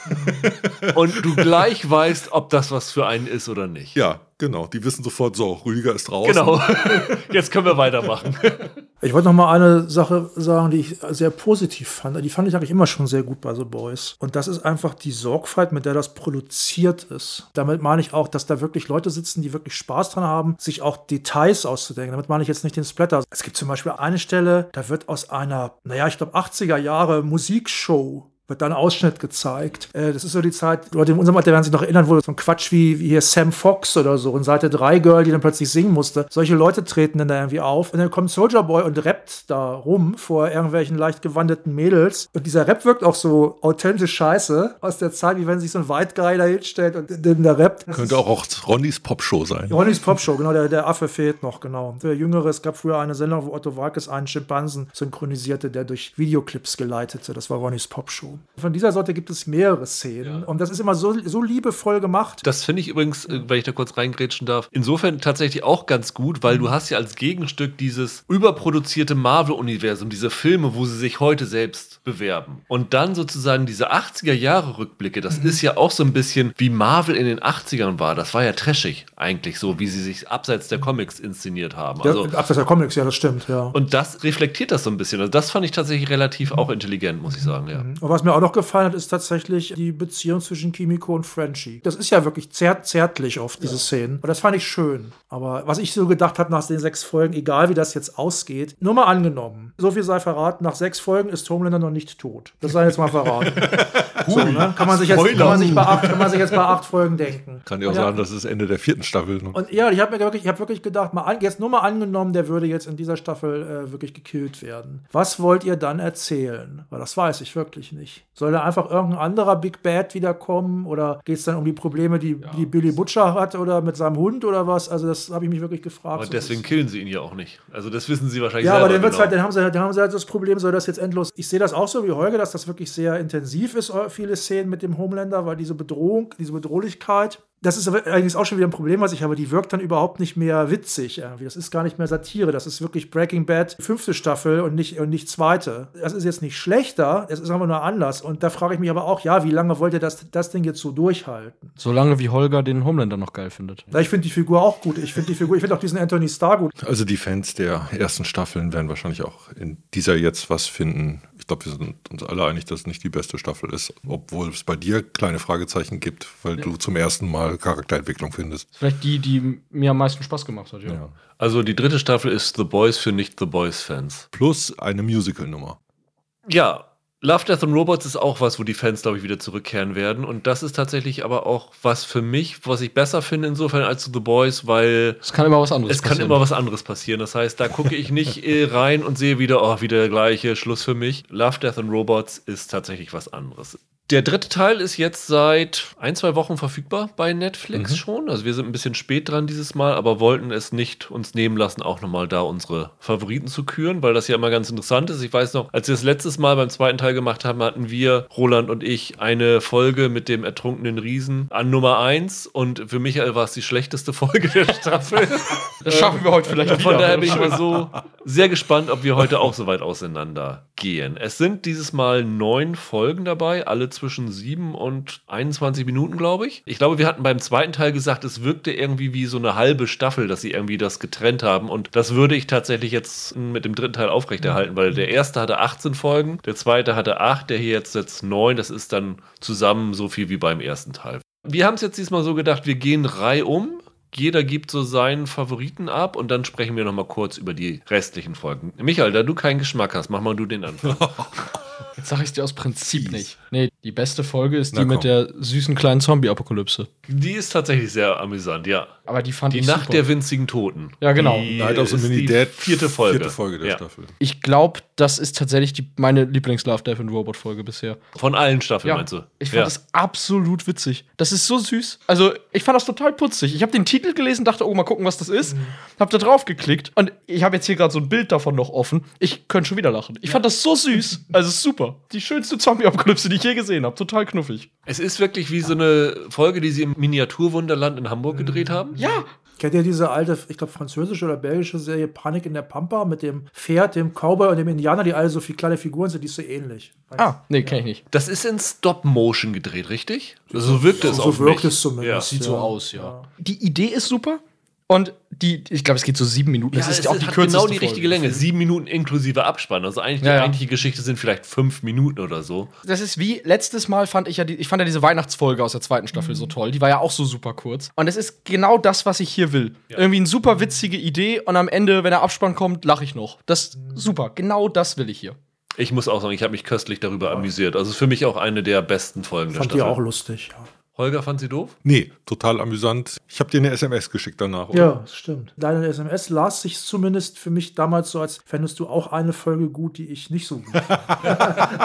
[SPEAKER 1] Und du gleich weißt, ob das was für einen ist oder nicht.
[SPEAKER 2] Ja, genau. Die wissen sofort, so, Rüdiger ist draußen.
[SPEAKER 1] Genau. Jetzt können wir weitermachen.
[SPEAKER 3] Ich wollte noch mal eine Sache sagen, die ich sehr positiv fand. Die fand ich eigentlich immer schon sehr gut bei The Boys. Und das ist einfach die Sorgfalt, mit der das produziert ist. Damit meine ich auch, dass da wirklich Leute sitzen, die wirklich Spaß dran haben, sich auch Details auszudenken. Damit meine ich jetzt nicht den Splatter. Es gibt zum Beispiel eine Stelle, da wird aus einer, naja, ich glaube achtziger Jahre Musikshow wird da ein Ausschnitt gezeigt. Äh, das ist so die Zeit, Leute in unserem Alter werden sich noch erinnern, wo so ein Quatsch wie, wie hier Sam Fox oder so, in Seite drei Girl, die dann plötzlich singen musste. Solche Leute treten dann da irgendwie auf und dann kommt Soulja Boy und rappt da rum vor irgendwelchen leicht gewandeten Mädels. Und dieser Rap wirkt auch so authentisch scheiße aus der Zeit, wie wenn sich so ein White Guy da hinstellt und dann da rappt. Das
[SPEAKER 2] könnte auch, auch Ronnys Popshow sein.
[SPEAKER 3] Ronnys Popshow, genau, der, der Affe fehlt noch, genau. Der Jüngere, es gab früher eine Sendung, wo Otto Walkes einen Schimpansen synchronisierte, der durch Videoclips geleitete. Das war Ronnys Popshow. Von dieser Sorte gibt es mehrere Szenen. Ja. Und das ist immer so, so liebevoll gemacht.
[SPEAKER 1] Das finde ich übrigens, wenn ich da kurz reingrätschen darf, insofern tatsächlich auch ganz gut, weil mhm. du hast ja als Gegenstück dieses überproduzierte Marvel-Universum, diese Filme, wo sie sich heute selbst bewerben. Und dann sozusagen diese achtziger-Jahre-Rückblicke, das mhm. ist ja auch so ein bisschen, wie Marvel in den achtzigern war. Das war ja trashig eigentlich so, wie sie sich abseits der Comics inszeniert haben. Also,
[SPEAKER 3] ja, abseits der Comics, ja, das stimmt, ja.
[SPEAKER 1] Und das reflektiert das so ein bisschen. Also das fand ich tatsächlich relativ auch intelligent, muss ich sagen, ja.
[SPEAKER 3] Und was mir auch noch gefallen hat, ist tatsächlich die Beziehung zwischen Kimiko und Frenchie. Das ist ja wirklich zärt, zärtlich oft, diese ja. Szenen. Und das fand ich schön. Aber was ich so gedacht habe nach den sechs Folgen, egal wie das jetzt ausgeht, nur mal angenommen, so viel sei verraten, nach sechs Folgen ist Homelander noch nicht tot. Das sei jetzt mal verraten. so, ne? Kann man sich jetzt, kann man sich bei acht, kann man sich jetzt bei acht Folgen denken.
[SPEAKER 2] Kann ja auch
[SPEAKER 3] ja.
[SPEAKER 2] sagen, das ist Ende der vierten Staffel. Ne?
[SPEAKER 3] Und ja, ich habe mir wirklich, ich habe wirklich gedacht, mal an, jetzt nur mal angenommen, der würde jetzt in dieser Staffel äh, wirklich gekillt werden. Was wollt ihr dann erzählen? Weil das weiß ich wirklich nicht. Soll da einfach irgendein anderer Big Bad wiederkommen? Oder geht es dann um die Probleme, die, ja. die Billy Butcher hat oder mit seinem Hund oder was? Also das habe ich mich wirklich gefragt.
[SPEAKER 1] Aber so deswegen killen sie ihn ja auch nicht. Also das wissen sie wahrscheinlich
[SPEAKER 3] ja,
[SPEAKER 1] selber.
[SPEAKER 3] Ja, aber dann, wird's
[SPEAKER 1] genau.
[SPEAKER 3] halt, dann, haben sie halt, dann haben sie halt das Problem, soll das jetzt endlos... Ich sehe das auch so wie Holger, dass das wirklich sehr intensiv ist, viele Szenen mit dem Homelander, weil diese Bedrohung, diese Bedrohlichkeit... Das ist aber eigentlich auch schon wieder ein Problem, was ich habe. Die wirkt dann überhaupt nicht mehr witzig irgendwie. Das ist gar nicht mehr Satire. Das ist wirklich Breaking Bad, fünfte Staffel und nicht, und nicht zweite. Das ist jetzt nicht schlechter, es ist einfach nur anders. Und da frage ich mich aber auch, ja, wie lange wollt ihr das, das Ding jetzt so durchhalten?
[SPEAKER 4] Solange wie Holger den Homelander noch geil findet.
[SPEAKER 3] Ja, ich finde die Figur auch gut. Ich finde die Figur, ich finde auch diesen Anthony Starr gut.
[SPEAKER 2] Also die Fans der ersten Staffeln werden wahrscheinlich auch in dieser jetzt was finden. Ich glaube, wir sind uns alle einig, dass es nicht die beste Staffel ist. Obwohl es bei dir kleine Fragezeichen gibt, weil ja. du zum ersten Mal Charakterentwicklung findest.
[SPEAKER 4] Vielleicht die, die mir am meisten Spaß gemacht hat, ja. ja.
[SPEAKER 1] Also die dritte Staffel ist The Boys für nicht-The Boys-Fans.
[SPEAKER 2] Plus eine Musical-Nummer.
[SPEAKER 1] Ja, Love, Death and Robots ist auch was, wo die Fans, glaube ich, wieder zurückkehren werden. Und das ist tatsächlich aber auch was für mich, was ich besser finde insofern als The Boys, weil
[SPEAKER 4] es kann immer was anderes
[SPEAKER 1] es passieren. kann immer was anderes passieren. Das heißt, da gucke ich nicht rein und sehe wieder, oh, wieder der gleiche Schluss für mich. Love, Death and Robots ist tatsächlich was anderes. Der dritte Teil ist jetzt seit ein, zwei Wochen verfügbar bei Netflix mhm. schon. Also wir sind ein bisschen spät dran dieses Mal, aber wollten es nicht uns nehmen lassen, auch nochmal da unsere Favoriten zu küren, weil das ja immer ganz interessant ist. Ich weiß noch, als wir das letztes Mal beim zweiten Teil gemacht haben, hatten wir, Roland und ich, eine Folge mit dem ertrunkenen Riesen an Nummer eins und für Michael war es die schlechteste Folge der Staffel.
[SPEAKER 4] Das schaffen wir heute vielleicht wieder.
[SPEAKER 1] Von daher bin ich mal so sehr gespannt, ob wir heute auch so weit auseinander gehen. Es sind dieses Mal neun Folgen dabei, alle zwischen sieben und einundzwanzig Minuten, glaube ich. Ich glaube, wir hatten beim zweiten Teil gesagt, es wirkte irgendwie wie so eine halbe Staffel, dass sie irgendwie das getrennt haben. Und das würde ich tatsächlich jetzt mit dem dritten Teil aufrechterhalten, weil der erste hatte achtzehn Folgen, der zweite hatte acht, der hier jetzt jetzt neun. Das ist dann zusammen so viel wie beim ersten Teil. Wir haben es jetzt diesmal so gedacht, wir gehen reihum. Jeder gibt so seinen Favoriten ab und dann sprechen wir noch mal kurz über die restlichen Folgen. Michael, da du keinen Geschmack hast, mach mal du den Anfang.
[SPEAKER 4] Jetzt sag ich dir aus Prinzip nicht. Nee, die beste Folge ist die mit der süßen kleinen Zombie-Apokalypse.
[SPEAKER 1] Die ist tatsächlich sehr amüsant, ja.
[SPEAKER 4] Aber die fand
[SPEAKER 1] die
[SPEAKER 4] ich
[SPEAKER 1] Die Nacht
[SPEAKER 4] super.
[SPEAKER 1] der winzigen Toten.
[SPEAKER 4] Ja, genau.
[SPEAKER 1] Die
[SPEAKER 2] Night of the Mini Dead,
[SPEAKER 1] vierte Folge.
[SPEAKER 2] Vierte Folge der
[SPEAKER 1] ja.
[SPEAKER 2] Staffel.
[SPEAKER 4] Ich glaube, das ist tatsächlich die, meine Lieblings-Love, Death and Robot-Folge bisher.
[SPEAKER 1] Von allen Staffeln,
[SPEAKER 4] ja,
[SPEAKER 1] meinst du?
[SPEAKER 4] Ich fand
[SPEAKER 1] ja.
[SPEAKER 4] das absolut witzig. Das ist so süß. Also, ich fand das total putzig. Ich habe den Titel gelesen, dachte, oh, mal gucken, was das ist. Mhm. Hab da drauf geklickt und ich habe jetzt hier gerade so ein Bild davon noch offen. Ich könnte schon wieder lachen. Ich ja. fand das so süß. Also, super. Die schönste Zombie-Apokalypse, die ich je gesehen habe. Total knuffig.
[SPEAKER 1] Es ist wirklich wie so eine Folge, die sie im Miniaturwunderland in Hamburg gedreht haben.
[SPEAKER 4] Ja.
[SPEAKER 3] Kennt ihr diese alte, ich glaube, französische oder belgische Serie Panik in der Pampa mit dem Pferd, dem Cowboy und dem Indianer, die alle so viele kleine Figuren sind, die ist so ähnlich.
[SPEAKER 4] Ah, nee, kenn ich nicht.
[SPEAKER 1] Das ist in Stop-Motion gedreht, richtig? So wirkt es
[SPEAKER 3] so
[SPEAKER 1] auf
[SPEAKER 3] So wirkt
[SPEAKER 1] mich.
[SPEAKER 3] es zumindest.
[SPEAKER 1] Ja.
[SPEAKER 4] Sieht
[SPEAKER 3] ja.
[SPEAKER 4] so aus, ja. ja. Die Idee ist super. Und die, ich glaube, es geht so sieben Minuten.
[SPEAKER 1] Ja,
[SPEAKER 4] das ist
[SPEAKER 1] es
[SPEAKER 4] auch die
[SPEAKER 1] hat
[SPEAKER 4] kürzeste
[SPEAKER 1] genau die
[SPEAKER 4] Folge.
[SPEAKER 1] richtige Länge. Sieben Minuten inklusive Abspann. Also eigentlich
[SPEAKER 4] ja,
[SPEAKER 1] die
[SPEAKER 4] ja.
[SPEAKER 1] eigentliche Geschichte sind vielleicht fünf Minuten oder so.
[SPEAKER 4] Das ist wie letztes Mal fand ich ja die, ich fand ja diese Weihnachtsfolge aus der zweiten Staffel mhm. so toll. Die war ja auch so super kurz. Und es ist genau das, was ich hier will. Ja. Irgendwie eine super witzige Idee und am Ende, wenn der Abspann kommt, lache ich noch. Das ist mhm. super. Genau das will ich hier.
[SPEAKER 1] Ich muss auch sagen, ich habe mich köstlich darüber ja. amüsiert. Also für mich auch eine der besten Folgen
[SPEAKER 3] fand
[SPEAKER 1] der Staffel.
[SPEAKER 3] Fand die auch lustig, ja.
[SPEAKER 1] Holger, fand sie doof?
[SPEAKER 2] Nee, total amüsant. Ich habe dir eine S M S geschickt danach, oder?
[SPEAKER 3] Ja, das stimmt. Deine S M S las sich zumindest für mich damals so, als fändest du auch eine Folge gut, die ich nicht so gut fand.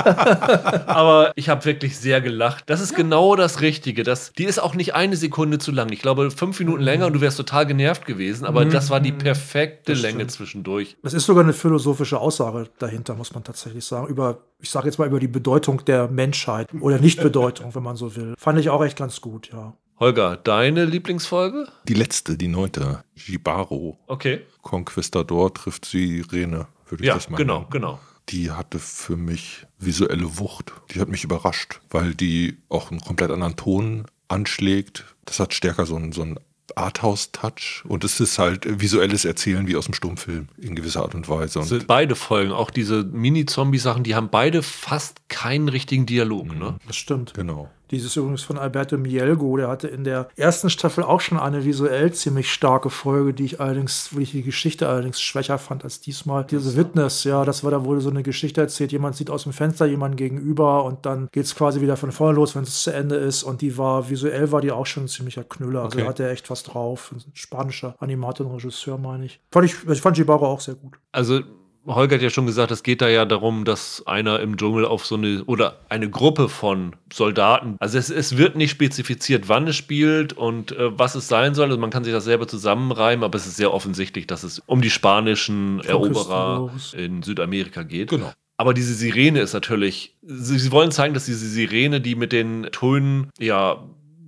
[SPEAKER 1] Aber ich habe wirklich sehr gelacht. Das ist ja. genau das Richtige. Das, die ist auch nicht eine Sekunde zu lang. Ich glaube, fünf Minuten mhm. länger und du wärst total genervt gewesen. Aber mhm. das war die perfekte das Länge zwischendurch.
[SPEAKER 3] Es ist sogar eine philosophische Aussage dahinter, muss man tatsächlich sagen. Über, ich sage jetzt mal, über die Bedeutung der Menschheit oder Nichtbedeutung, wenn man so will. Fand ich auch echt ganz gut, ja.
[SPEAKER 1] Holger, deine Lieblingsfolge?
[SPEAKER 2] Die letzte, die neunte. Jibaro.
[SPEAKER 1] Okay.
[SPEAKER 2] Conquistador trifft Sirene, würde ich
[SPEAKER 1] ja,
[SPEAKER 2] das mal
[SPEAKER 1] genau,
[SPEAKER 2] nennen.
[SPEAKER 1] genau.
[SPEAKER 2] Die hatte für mich visuelle Wucht. Die hat mich überrascht, weil die auch einen komplett anderen Ton anschlägt. Das hat stärker so einen, so einen Arthouse-Touch und es ist halt visuelles Erzählen wie aus dem Stummfilm in gewisser Art und Weise. Und
[SPEAKER 1] sind beide Folgen, auch diese Mini-Zombie-Sachen, die haben beide fast keinen richtigen Dialog,
[SPEAKER 2] mhm.
[SPEAKER 1] ne?
[SPEAKER 3] Das stimmt.
[SPEAKER 2] Genau.
[SPEAKER 3] Dieses übrigens von Alberto Mielgo, der hatte in der ersten Staffel auch schon eine visuell ziemlich starke Folge, die ich allerdings, wo ich die Geschichte allerdings schwächer fand als diesmal. Diese Witness, ja, das war da, wurde so eine Geschichte erzählt, jemand sieht aus dem Fenster jemanden gegenüber und dann geht es quasi wieder von vorne los, wenn es zu Ende ist und die war, visuell war die auch schon ein ziemlicher Knüller, also
[SPEAKER 1] okay.
[SPEAKER 3] da hat er echt was drauf. Ein spanischer Animator und Regisseur, meine ich. Fand ich, ich fand Jibaro auch sehr gut.
[SPEAKER 1] Also Holger hat ja schon gesagt, es geht da ja darum, dass einer im Dschungel auf so eine, oder eine Gruppe von Soldaten, also es, es wird nicht spezifiziert, wann es spielt und äh, was es sein soll. Also man kann sich das selber zusammenreimen, aber es ist sehr offensichtlich, dass es um die spanischen Eroberer in Südamerika geht.
[SPEAKER 2] Genau.
[SPEAKER 1] Aber diese Sirene ist natürlich, sie, sie wollen zeigen, dass diese Sirene, die mit den Tönen, ja,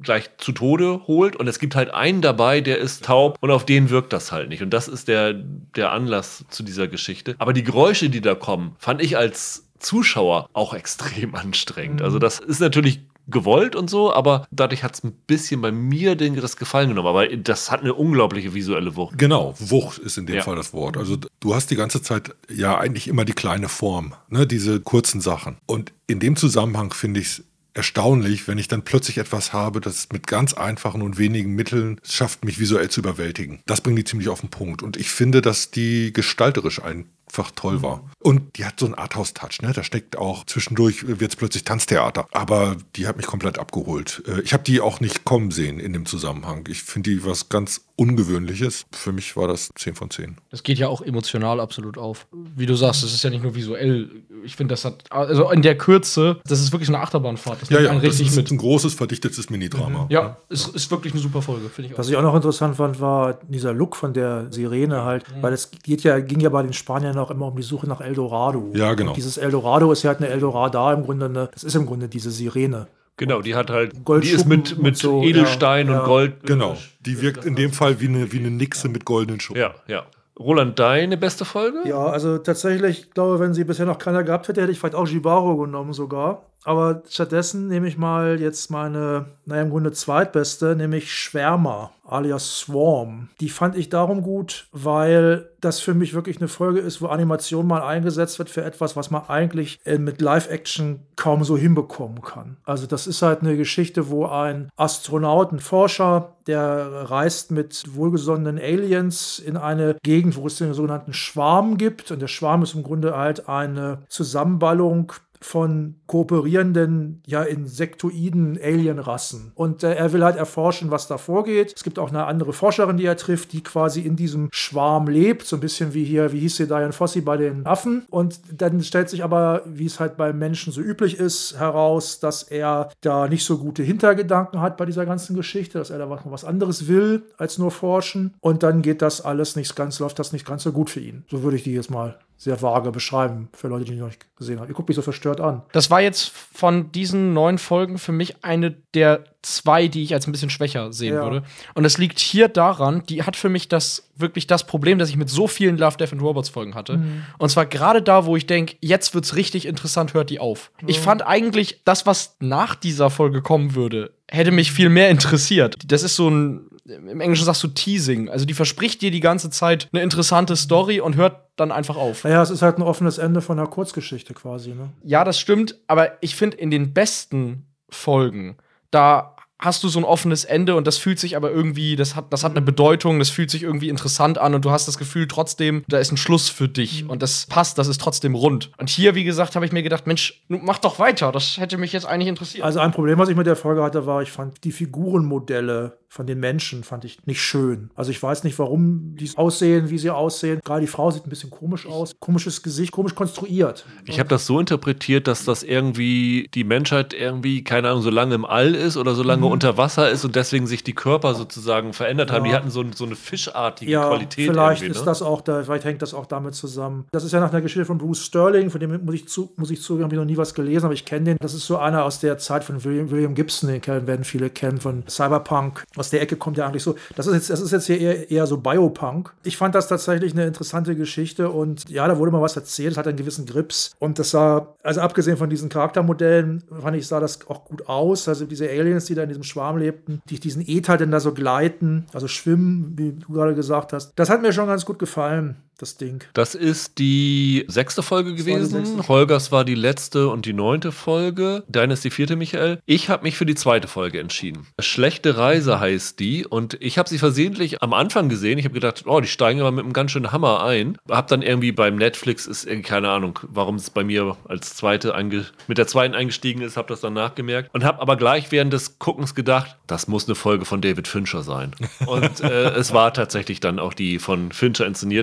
[SPEAKER 1] gleich zu Tode holt und es gibt halt einen dabei, der ist taub und auf den wirkt das halt nicht. Und das ist der, der Anlass zu dieser Geschichte. Aber die Geräusche, die da kommen, fand ich als Zuschauer auch extrem anstrengend. Also das ist natürlich gewollt und so, aber dadurch hat es ein bisschen bei mir den, das Gefallen genommen. Aber das hat eine unglaubliche visuelle Wucht.
[SPEAKER 2] Genau, Wucht ist in dem
[SPEAKER 1] Ja.
[SPEAKER 2] Fall das Wort. Also du hast die ganze Zeit ja eigentlich immer die kleine Form, ne, diese kurzen Sachen. Und in dem Zusammenhang finde ich es erstaunlich, wenn ich dann plötzlich etwas habe, das mit ganz einfachen und wenigen Mitteln schafft, mich visuell zu überwältigen. Das bringt die ziemlich auf den Punkt. Und ich finde, dass die gestalterisch einfach toll war. Und die hat so einen Arthouse-Touch, ne? Da steckt auch zwischendurch, wird es plötzlich Tanztheater. Aber die hat mich komplett abgeholt. Äh, Ich habe die auch nicht kommen sehen in dem Zusammenhang. Ich finde die was ganz Ungewöhnliches. Für mich war das zehn von zehn.
[SPEAKER 4] Das geht ja auch emotional absolut auf. Wie du sagst, das ist ja nicht nur visuell. Ich finde, das hat, also in der Kürze, das ist wirklich eine Achterbahnfahrt. Das
[SPEAKER 2] Ja,
[SPEAKER 4] nimmt
[SPEAKER 2] ja,
[SPEAKER 4] einen
[SPEAKER 2] das
[SPEAKER 4] richtig
[SPEAKER 2] ist
[SPEAKER 4] mit.
[SPEAKER 2] ein großes, verdichtetes Minidrama.
[SPEAKER 4] Ja, es ist wirklich eine super Folge, finde ich auch.
[SPEAKER 3] Was ich auch noch interessant fand, war dieser Look von der Sirene halt, weil es geht ja, ging ja bei den Spaniern auch immer um die Suche nach Eldorado.
[SPEAKER 2] Ja, genau.
[SPEAKER 3] Und dieses Eldorado ist ja halt eine Eldorada im Grunde, eine, das ist im Grunde diese Sirene.
[SPEAKER 1] Genau, die hat halt, die
[SPEAKER 3] Goldschuppen
[SPEAKER 1] ist mit,
[SPEAKER 3] und
[SPEAKER 1] mit
[SPEAKER 3] so,
[SPEAKER 1] Edelstein
[SPEAKER 3] ja,
[SPEAKER 1] und
[SPEAKER 3] ja.
[SPEAKER 1] Gold.
[SPEAKER 2] Genau. Die wirkt in dem Fall wie eine, wie eine Nixe mit goldenen Schuppen.
[SPEAKER 1] Ja, ja. Roland, deine beste Folge?
[SPEAKER 3] Ja, also tatsächlich, ich glaube, wenn sie bisher noch keiner gehabt hätte, hätte ich vielleicht auch Jibaro genommen sogar. Aber stattdessen nehme ich mal jetzt meine, naja, im Grunde zweitbeste, nämlich Schwärmer, alias Swarm. Die fand ich darum gut, weil das für mich wirklich eine Folge ist, wo Animation mal eingesetzt wird für etwas, was man eigentlich äh, mit Live-Action kaum so hinbekommen kann. Also das ist halt eine Geschichte, wo ein Astronaut, ein Forscher, der reist mit wohlgesonnenen Aliens in eine Gegend, wo es den sogenannten Schwarm gibt. Und der Schwarm ist im Grunde halt eine Zusammenballung von kooperierenden, ja, insektoiden Alienrassen. Und äh, er will halt erforschen, was da vorgeht. Es gibt auch eine andere Forscherin, die er trifft, die quasi in diesem Schwarm lebt. So ein bisschen wie hier, wie hieß sie, Diane Fossey bei den Affen. Und dann stellt sich aber, wie es halt bei Menschen so üblich ist, heraus, dass er da nicht so gute Hintergedanken hat bei dieser ganzen Geschichte, dass er da was, was anderes will, als nur forschen. Und dann geht das alles nicht ganz, läuft das nicht ganz so gut für ihn. So würde ich die jetzt mal sehr vage beschreiben für Leute, die die noch nicht gesehen haben. Ihr guckt mich so verstört an.
[SPEAKER 4] Das war jetzt von diesen neun Folgen für mich eine der zwei, die ich als ein bisschen schwächer sehen
[SPEAKER 3] Ja.
[SPEAKER 4] würde. Und das liegt hier daran, die hat für mich das wirklich das Problem, das ich mit so vielen Love, Death and Robots Folgen hatte.
[SPEAKER 3] Mhm.
[SPEAKER 4] Und zwar gerade da, wo ich denke, jetzt wird's richtig interessant, hört die auf. Ich fand eigentlich, das, was nach dieser Folge kommen würde, hätte mich viel mehr interessiert. Das ist so ein, im Englischen sagst du Teasing. Also die verspricht dir die ganze Zeit eine interessante Story und hört dann einfach auf.
[SPEAKER 3] Naja, es ist halt ein offenes Ende von einer Kurzgeschichte quasi, ne?
[SPEAKER 4] Ja, das stimmt, aber ich finde, in den besten Folgen, da hast du so ein offenes Ende und das fühlt sich aber irgendwie, das hat, das hat eine Bedeutung, das fühlt sich irgendwie interessant an und du hast das Gefühl trotzdem, da ist ein Schluss für dich
[SPEAKER 3] Mhm.
[SPEAKER 4] und das passt, das ist trotzdem rund. Und hier, wie gesagt, habe ich mir gedacht, Mensch, nun mach doch weiter, das hätte mich jetzt eigentlich interessiert.
[SPEAKER 3] Also ein Problem, was ich mit der Folge hatte, war, ich fand die Figurenmodelle von den Menschen fand ich nicht schön. Also ich weiß nicht, warum die aussehen, wie sie aussehen. Gerade die Frau sieht ein bisschen komisch aus. Komisches Gesicht, komisch konstruiert.
[SPEAKER 1] Ich habe das so interpretiert, dass das irgendwie die Menschheit irgendwie, keine Ahnung, so lange im All ist oder so lange unter Wasser ist und deswegen sich die Körper sozusagen verändert haben.
[SPEAKER 3] Ja.
[SPEAKER 1] Die hatten so, so eine fischartige
[SPEAKER 3] Ja,
[SPEAKER 1] Qualität.
[SPEAKER 3] vielleicht
[SPEAKER 1] irgendwie,
[SPEAKER 3] ist
[SPEAKER 1] ne?
[SPEAKER 3] das auch da, vielleicht hängt das auch damit zusammen. Das ist ja nach einer Geschichte von Bruce Sterling, von dem muss ich, zu, muss ich zugeben, habe ich noch nie was gelesen, aber ich kenne den. Das ist so einer aus der Zeit von William, William Gibson, den kennen- werden viele kennen, von Cyberpunk. Aus der Ecke kommt ja eigentlich so. Das ist jetzt, das ist jetzt hier eher, eher so Biopunk. Ich fand das tatsächlich eine interessante Geschichte und ja, da wurde mal was erzählt, es hat einen gewissen Grips und das sah, also abgesehen von diesen Charaktermodellen, fand ich, sah das auch gut aus. Also diese Aliens, die da in diesem Schwarm lebten, die diesen Äther denn da so gleiten, also schwimmen, wie du gerade gesagt hast. Das hat mir schon ganz gut gefallen, das Ding.
[SPEAKER 1] Das ist die sechste Folge
[SPEAKER 3] war die
[SPEAKER 1] gewesen.
[SPEAKER 3] sechste.
[SPEAKER 1] Holgers war die letzte und die neunte Folge. Deine ist die vierte, Michael. Ich habe mich für die zweite Folge entschieden. Schlechte Reise heißt die und ich habe sie versehentlich am Anfang gesehen. Ich habe gedacht, oh, die steigen aber mit einem ganz schönen Hammer ein. Hab dann irgendwie beim Netflix, ist irgendwie keine Ahnung, warum es bei mir als zweite einge- mit der zweiten eingestiegen ist, habe das dann nachgemerkt und habe aber gleich während des Guckens gedacht, das muss eine Folge von David Fincher sein. Und äh, es war tatsächlich dann auch die von Fincher inszenierte. Das ist, glaube ich,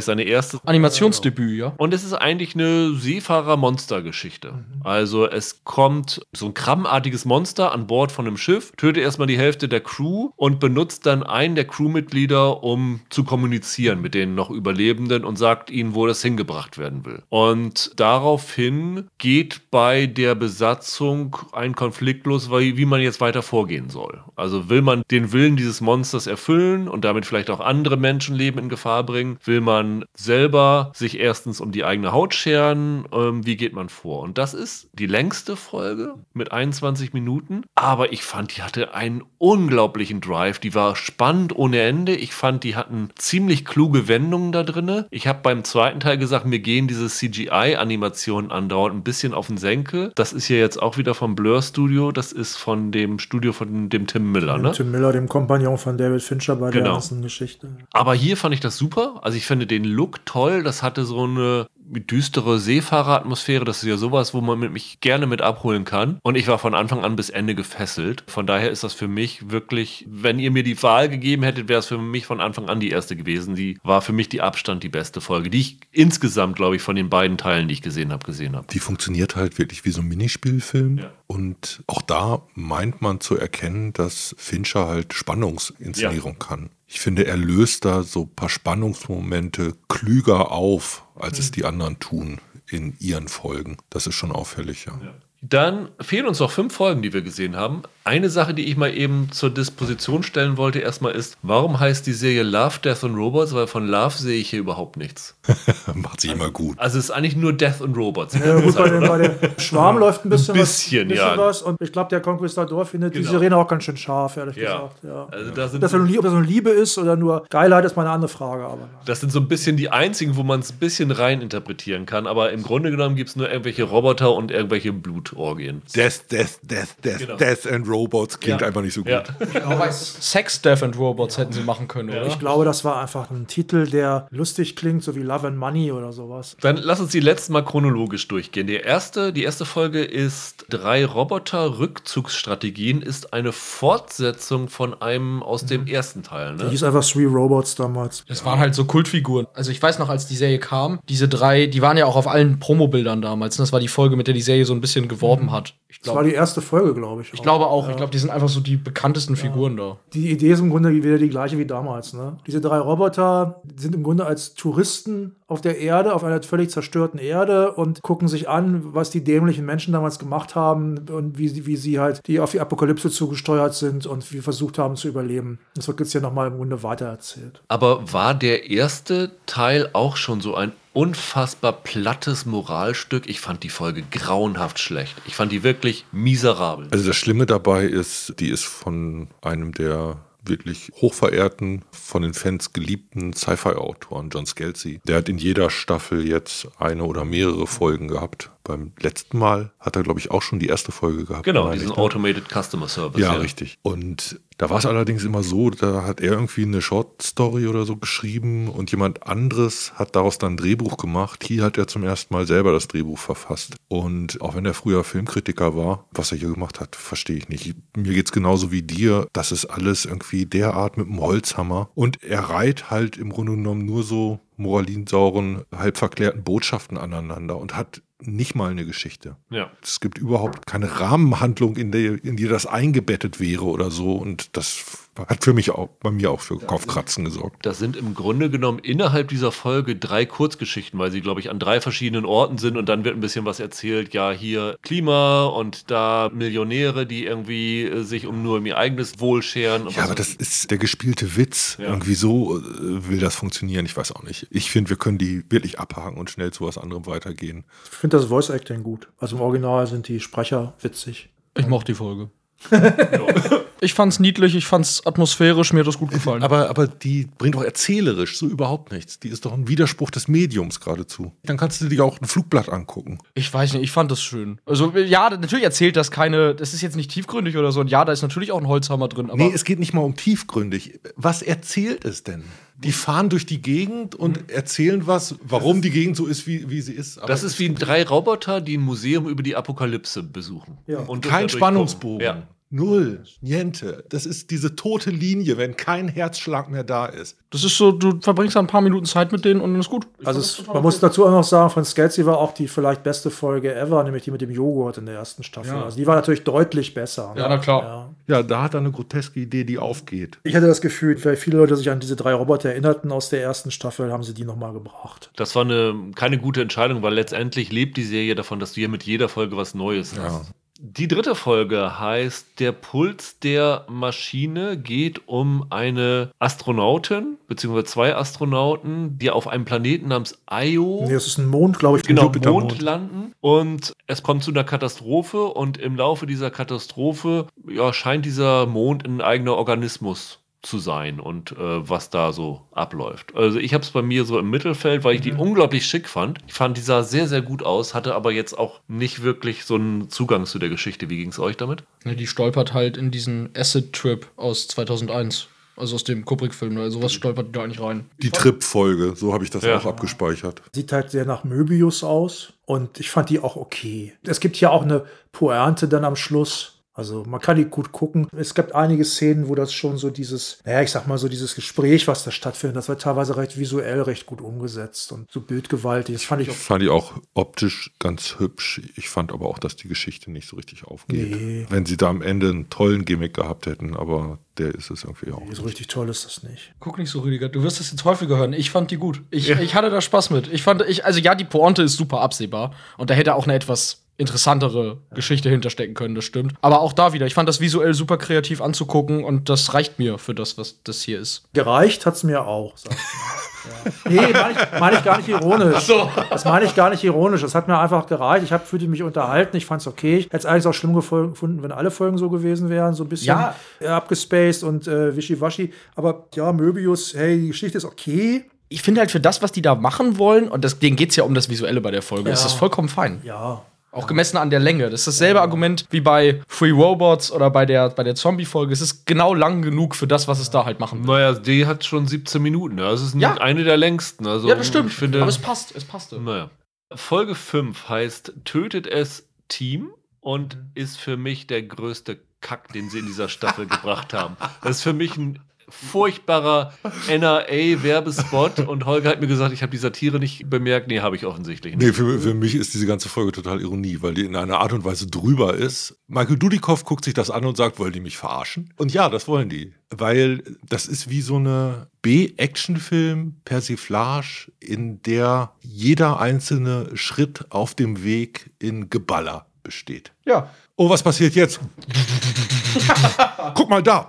[SPEAKER 1] ich, seine erste
[SPEAKER 4] Animationsdebüt, ja.
[SPEAKER 1] Und es ist eigentlich eine Seefahrer-Monster-Geschichte. Mhm. Also es kommt so ein krabbenartiges Monster an Bord von einem Schiff, tötet erstmal die Hälfte der Crew und benutzt dann einen der Crewmitglieder, um zu kommunizieren mit den noch Überlebenden und sagt ihnen, wo das hingebracht werden will. Und daraufhin geht bei der Besatzung ein Konflikt los, wie man jetzt weiter vorgehen soll. Also will man den Willen dieses Monsters erfüllen und damit vielleicht auch andere Menschenleben in Gefahr bringen? Will man selber sich erstens um die eigene Haut scheren? Ähm, wie geht man vor? Und das ist die längste Folge mit einundzwanzig Minuten. Aber ich fand, die hatte einen unglaublichen Drive. Die war spannend ohne Ende. Ich fand, die hatten ziemlich kluge Wendungen da drin. Ich habe beim zweiten Teil gesagt, mir gehen diese C G I-Animationen andauernd ein bisschen auf den Senkel. Das ist ja jetzt auch wieder vom Blur Studio. Das ist von dem Studio von dem Tim Miller, ne?
[SPEAKER 3] Tim Miller, dem Kompagnon von David Fincher bei
[SPEAKER 1] genau.
[SPEAKER 3] der ganzen Geschichte.
[SPEAKER 1] Aber hier fand ich das super. Also ich finde den Look toll. Das hatte so eine düstere Seefahreratmosphäre. Das ist ja sowas, wo man mich gerne mit abholen kann. Und ich war von Anfang an bis Ende gefesselt. Von daher ist das für mich wirklich, wenn ihr mir die Wahl gegeben hättet, wäre es für mich von Anfang an die erste gewesen. Die war für mich die Abstand die beste Folge, die ich insgesamt, glaube ich, von den beiden Teilen, die ich gesehen habe, gesehen habe.
[SPEAKER 2] Die funktioniert halt wirklich wie so ein Minispielfilm. Ja. Und auch da meint man zu erkennen, dass Fincher halt Spannungsinszenierung ja. kann. Ich finde, er löst da so ein paar Spannungsmomente klüger auf, als mhm. es die anderen tun in ihren Folgen. Das ist schon auffällig, ja. ja.
[SPEAKER 1] Dann fehlen uns noch fünf Folgen, die wir gesehen haben. Eine Sache, die ich mal eben zur Disposition stellen wollte, erstmal ist, warum heißt die Serie Love, Death and Robots? Weil von Love sehe ich hier überhaupt nichts.
[SPEAKER 2] Macht sich immer gut.
[SPEAKER 1] Also es ist eigentlich nur Death and Robots.
[SPEAKER 3] Ja, gut, bei dem, bei dem Schwarm läuft ein bisschen,
[SPEAKER 1] ein bisschen,
[SPEAKER 3] was, bisschen
[SPEAKER 1] ja.
[SPEAKER 3] was. Und ich glaube, der Conquistador findet
[SPEAKER 1] genau.
[SPEAKER 3] die Sirene auch ganz schön scharf, ehrlich
[SPEAKER 1] ja.
[SPEAKER 3] gesagt. Ja.
[SPEAKER 1] Also da sind
[SPEAKER 3] das ob das nur Liebe ist oder nur Geilheit, ist mal eine andere Frage. Aber
[SPEAKER 1] das sind so ein bisschen die einzigen, wo man es ein bisschen rein interpretieren kann. Aber im Grunde genommen gibt es nur irgendwelche Roboter und irgendwelche Blutorgien.
[SPEAKER 2] Death, Death, Death, Death,
[SPEAKER 1] genau.
[SPEAKER 2] Death and Robots klingt
[SPEAKER 1] ja.
[SPEAKER 2] einfach nicht so gut.
[SPEAKER 1] Ja.
[SPEAKER 4] Aber Sex, Death and Robots hätten sie machen können, oder?
[SPEAKER 3] Ich glaube, das war einfach ein Titel, der lustig klingt, so wie Love and Money oder sowas.
[SPEAKER 1] Dann lass uns die letzten mal chronologisch durchgehen. Die erste, die erste Folge ist drei Roboter-Rückzugsstrategien, ist eine Fortsetzung von einem aus dem ersten Teil. Ne?
[SPEAKER 3] Die hieß einfach Three Robots damals.
[SPEAKER 4] Das waren halt so Kultfiguren. Also ich weiß noch, als die Serie kam, diese drei, die waren ja auch auf allen Promobildern damals. Das war die Folge, mit der die Serie so ein bisschen geworben hat. Ich glaub,
[SPEAKER 3] das war die erste Folge, glaube ich.
[SPEAKER 4] Ich glaube auch. Ja. Ich glaube, die sind einfach so die bekanntesten ja. Figuren da.
[SPEAKER 3] Die Idee ist im Grunde wieder die gleiche wie damals. Ne? Diese drei Roboter sind im Grunde als Touristen auf der Erde, auf einer völlig zerstörten Erde und gucken sich an, was die dämlichen Menschen damals gemacht haben und wie, wie sie halt die auf die Apokalypse zugesteuert sind und wie versucht haben zu überleben. Das wird jetzt hier nochmal im Grunde weitererzählt.
[SPEAKER 1] Aber war der erste Teil auch schon so ein unfassbar plattes Moralstück? Ich fand die Folge grauenhaft schlecht. Ich fand die wirklich miserabel.
[SPEAKER 2] Also das Schlimme dabei ist, die ist von einem der wirklich hochverehrten, von den Fans geliebten Sci-Fi-Autoren, John Scalzi. Der hat in jeder Staffel jetzt eine oder mehrere Folgen gehabt. Beim letzten Mal hat er, glaube ich, auch schon die erste Folge gehabt.
[SPEAKER 1] Genau, diesen Automated Customer Service.
[SPEAKER 2] Ja, ja, richtig. Und da war es allerdings immer so, da hat er irgendwie eine Short-Story oder so geschrieben und jemand anderes hat daraus dann ein Drehbuch gemacht. Hier hat er zum ersten Mal selber das Drehbuch verfasst. Und auch wenn er früher Filmkritiker war, was er hier gemacht hat, verstehe ich nicht. Mir geht es genauso wie dir. Das ist alles irgendwie derart mit dem Holzhammer. Und er reiht halt im Grunde genommen nur so moralinsauren, halb verklärten Botschaften aneinander und hat nicht mal eine Geschichte.
[SPEAKER 1] Ja.
[SPEAKER 2] Es gibt überhaupt keine Rahmenhandlung, in der, in die das eingebettet wäre oder so. Und das hat für mich auch, bei mir auch für Kopfkratzen gesorgt.
[SPEAKER 1] Das sind im Grunde genommen innerhalb dieser Folge drei Kurzgeschichten, weil sie, glaube ich, an drei verschiedenen Orten sind und dann wird ein bisschen was erzählt. Ja, hier Klima und da Millionäre, die irgendwie äh, sich um nur um ihr eigenes Wohl scheren.
[SPEAKER 2] Ja, aber das ist der gespielte Witz. Ja. Irgendwie so äh, will das funktionieren. Ich weiß auch nicht. Ich finde, wir können die wirklich abhaken und schnell zu was anderem weitergehen.
[SPEAKER 3] Ich finde das Voice Acting gut. Also im Original sind die Sprecher witzig.
[SPEAKER 4] Ich mochte die Folge. Ich fand's niedlich, ich fand's atmosphärisch, mir hat das gut gefallen.
[SPEAKER 2] Aber, aber die bringt doch erzählerisch so überhaupt nichts. Die ist doch ein Widerspruch des Mediums geradezu. Dann kannst du dir auch ein Flugblatt angucken.
[SPEAKER 4] Ich weiß nicht, ich fand das schön. Also ja, natürlich erzählt das keine, das ist jetzt nicht tiefgründig oder so. Und ja, da ist natürlich auch ein Holzhammer drin. Aber
[SPEAKER 2] nee, es geht nicht mal um tiefgründig. Was erzählt es denn? Die fahren durch die Gegend und erzählen was, warum die Gegend so ist, wie, wie sie ist. Aber
[SPEAKER 1] das ist wie drei Roboter, die ein Museum über die Apokalypse besuchen.
[SPEAKER 3] Ja.
[SPEAKER 1] Und
[SPEAKER 2] kein Spannungsbogen.
[SPEAKER 1] Ja.
[SPEAKER 2] Null. Niente. Das ist diese tote Linie, wenn kein Herzschlag mehr da ist.
[SPEAKER 4] Das ist so, du verbringst ein paar Minuten Zeit mit denen und dann ist gut. Ich
[SPEAKER 3] also es, man muss dazu auch noch sagen, von Scalzi war auch die vielleicht beste Folge ever, nämlich die mit dem Joghurt in der ersten Staffel.
[SPEAKER 4] Ja.
[SPEAKER 3] Also die war natürlich deutlich besser.
[SPEAKER 4] Ja, na klar.
[SPEAKER 3] Ja.
[SPEAKER 2] Ja, da hat er eine groteske Idee, die aufgeht.
[SPEAKER 3] Ich hatte das Gefühl, weil viele Leute sich an diese drei Roboter erinnerten aus der ersten Staffel, haben sie die nochmal gebracht.
[SPEAKER 1] Das war eine, keine gute Entscheidung, weil letztendlich lebt die Serie davon, dass du hier mit jeder Folge was Neues hast.
[SPEAKER 2] Ja.
[SPEAKER 1] Die dritte Folge heißt Der Puls der Maschine, geht um eine Astronautin, beziehungsweise zwei Astronauten, die auf einem Planeten namens Io,
[SPEAKER 3] Nee, das ist ein Mond, glaube ich,
[SPEAKER 1] genau,
[SPEAKER 3] Jupitermond.
[SPEAKER 1] Mond landen. Und es kommt zu einer Katastrophe und im Laufe dieser Katastrophe ja, scheint dieser Mond ein eigener Organismus zu sein und äh, was da so abläuft. Also ich habe es bei mir so im Mittelfeld, weil ich die unglaublich schick fand. Ich fand, die sah sehr, sehr gut aus, hatte aber jetzt auch nicht wirklich so einen Zugang zu der Geschichte. Wie ging es euch damit?
[SPEAKER 4] Ja, die stolpert halt in diesen Acid-Trip aus zweitausendeins. Also aus dem Kubrick-Film. Also sowas stolpert die da nicht rein.
[SPEAKER 2] Die Trip-Folge, so habe ich das
[SPEAKER 1] Ja.
[SPEAKER 2] auch abgespeichert.
[SPEAKER 3] Sieht halt sehr nach Möbius aus und ich fand die auch okay. Es gibt ja auch eine Pointe dann am Schluss. Also man kann die gut gucken. Es gibt einige Szenen, wo das schon so dieses, naja, ich sag mal so dieses Gespräch, was da stattfindet, das wird teilweise recht visuell recht gut umgesetzt und so bildgewaltig. Das fand ich auch.
[SPEAKER 2] Fand ich auch optisch ganz hübsch. Ich fand aber auch, dass die Geschichte nicht so richtig aufgeht.
[SPEAKER 3] Nee.
[SPEAKER 2] Wenn sie da am Ende einen tollen Gimmick gehabt hätten, aber der ist es irgendwie auch.
[SPEAKER 3] So richtig toll ist das nicht.
[SPEAKER 4] Guck nicht so, Rüdiger. Du wirst das jetzt häufiger hören. Ich fand die gut. Ich, ich hatte da Spaß mit. Ich fand, ich, also ja, die Pointe ist super absehbar. Und da hätte auch eine etwas interessantere Geschichte hinterstecken können, das stimmt. Aber auch da wieder, ich fand das visuell super kreativ anzugucken und das reicht mir für das, was das hier ist.
[SPEAKER 3] Gereicht hat's mir auch, sag ich mal. Ja. Nee, meine ich, mein ich gar nicht ironisch.
[SPEAKER 4] Ach so.
[SPEAKER 3] Das meine ich gar nicht ironisch. Das hat mir einfach gereicht. Ich hab, fühlte mich unterhalten. Ich fand's okay. Ich hätte es eigentlich auch schlimm gefunden, wenn alle Folgen so gewesen wären. So ein bisschen
[SPEAKER 4] Ja.
[SPEAKER 3] äh, abgespaced und äh, wischiwaschi. Aber ja, Möbius, hey, die Geschichte ist okay.
[SPEAKER 4] Ich finde halt für das, was die da machen wollen, und das, denen geht's ja um das Visuelle bei der Folge,
[SPEAKER 3] Ja.
[SPEAKER 4] ist das vollkommen fein.
[SPEAKER 3] Ja.
[SPEAKER 4] Auch gemessen an der Länge. Das ist dasselbe Argument wie bei Free Robots oder bei der, bei der Zombie-Folge. Es ist genau lang genug für das, was es da halt machen will.
[SPEAKER 1] Naja, die hat schon siebzehn Minuten. Ja. Das ist
[SPEAKER 4] Ja.
[SPEAKER 1] eine der längsten. Also,
[SPEAKER 4] Ja, das stimmt.
[SPEAKER 1] Ich finde,
[SPEAKER 4] Aber es passt. Es passte.
[SPEAKER 1] naja. Folge fünf heißt Tötet es Team und ist für mich der größte Kack, den sie in dieser Staffel gebracht haben. Das ist für mich ein furchtbarer N R A-Werbespot und Holger hat mir gesagt, ich habe die Satire nicht bemerkt. Nee, habe ich offensichtlich nicht.
[SPEAKER 2] Nee, für, für mich ist diese ganze Folge total Ironie, weil die in einer Art und Weise drüber ist. Michael Dudikoff guckt sich das an und sagt, wollen die mich verarschen? Und ja, das wollen die. Weil das ist wie so eine B-Action-Film-Persiflage, in der jeder einzelne Schritt auf dem Weg in Geballer besteht.
[SPEAKER 4] Ja.
[SPEAKER 2] Oh, was passiert jetzt? Guck mal da.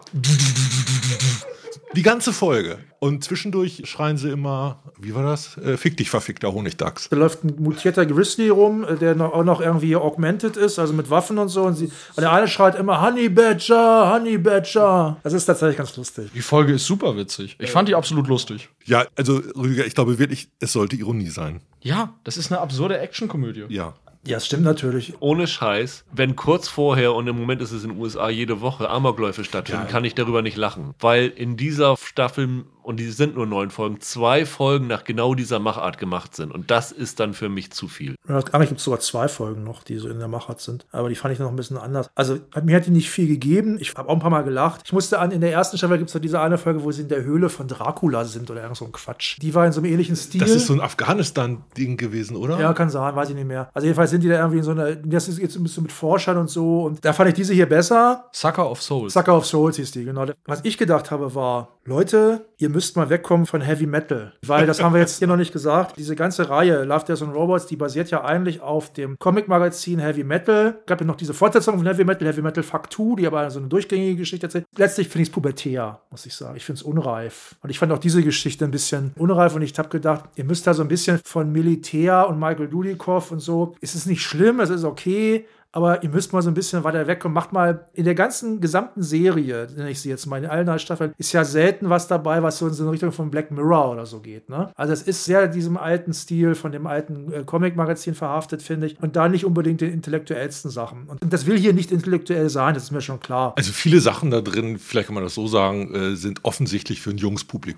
[SPEAKER 2] Die ganze Folge. Und zwischendurch schreien sie immer, wie war das? Äh, fick dich, verfickter Honigdachs.
[SPEAKER 3] Da läuft ein mutierter Grizzly rum, äh, der noch, auch noch irgendwie augmented ist, also mit Waffen und so. Und, sie, und der eine schreit immer Honey Badger, Honey Badger. Das ist tatsächlich ganz lustig.
[SPEAKER 4] Die Folge ist super witzig. Ich fand die absolut lustig.
[SPEAKER 2] Ja, also Rüdiger, ich glaube wirklich, es sollte Ironie sein.
[SPEAKER 4] Ja, das ist eine absurde Actionkomödie.
[SPEAKER 2] Ja.
[SPEAKER 3] Ja, das stimmt natürlich.
[SPEAKER 1] Ohne Scheiß, wenn kurz vorher, und im Moment ist es in den U S A jede Woche, Amokläufe stattfinden,
[SPEAKER 2] Ja.
[SPEAKER 1] kann ich darüber nicht lachen. Weil in dieser Staffel, und die sind nur neun Folgen, zwei Folgen nach genau dieser Machart gemacht sind. Und das ist dann für mich zu viel.
[SPEAKER 3] Eigentlich gibt es sogar zwei Folgen noch, die so in der Machart sind. Aber die fand ich noch ein bisschen anders. Also mir hat die nicht viel gegeben. Ich habe auch ein paar Mal gelacht. Ich musste an, in der ersten Staffel gibt es diese eine Folge, wo sie in der Höhle von Dracula sind oder irgend so ein Quatsch. Die war in so einem ähnlichen Stil.
[SPEAKER 2] Das ist so ein Afghanistan-Ding gewesen, oder?
[SPEAKER 3] Ja, kann sein, weiß ich nicht mehr. Also jedenfalls sind die da irgendwie in so einer, das ist jetzt ein bisschen mit Forschern und so. Und da fand ich diese hier besser.
[SPEAKER 4] Sucker of Souls.
[SPEAKER 3] Sucker of Souls hieß die, genau. Was ich gedacht habe, war, Leute, ihr müsst mal wegkommen von Heavy Metal. Weil, das haben wir jetzt hier noch nicht gesagt, diese ganze Reihe Love, Death and Robots, die basiert ja eigentlich auf dem Comic-Magazin Heavy Metal. Gab ja noch diese Fortsetzung von Heavy Metal, Heavy Metal Fuck zwei, die aber so eine durchgängige Geschichte erzählt. Letztlich finde ich es pubertär, muss ich sagen. Ich finde es unreif. Und ich fand auch diese Geschichte ein bisschen unreif und ich habe gedacht, ihr müsst da so ein bisschen von Militär und Michael Dudikoff und so. Es ist nicht schlimm, es ist okay, aber ihr müsst mal so ein bisschen weiter weg und macht mal in der ganzen gesamten Serie, nenne ich sie jetzt mal, in allen drei Staffeln, ist ja selten was dabei, was so in so eine Richtung von Black Mirror oder so geht. Ne? Also es ist sehr diesem alten Stil von dem alten äh, Comic-Magazin verhaftet, finde ich. Und da nicht unbedingt den intellektuellsten Sachen. Und das will hier nicht intellektuell sein, das ist mir schon klar.
[SPEAKER 2] Also viele Sachen da drin, vielleicht kann man das so sagen, äh, sind offensichtlich für ein junges Publikum.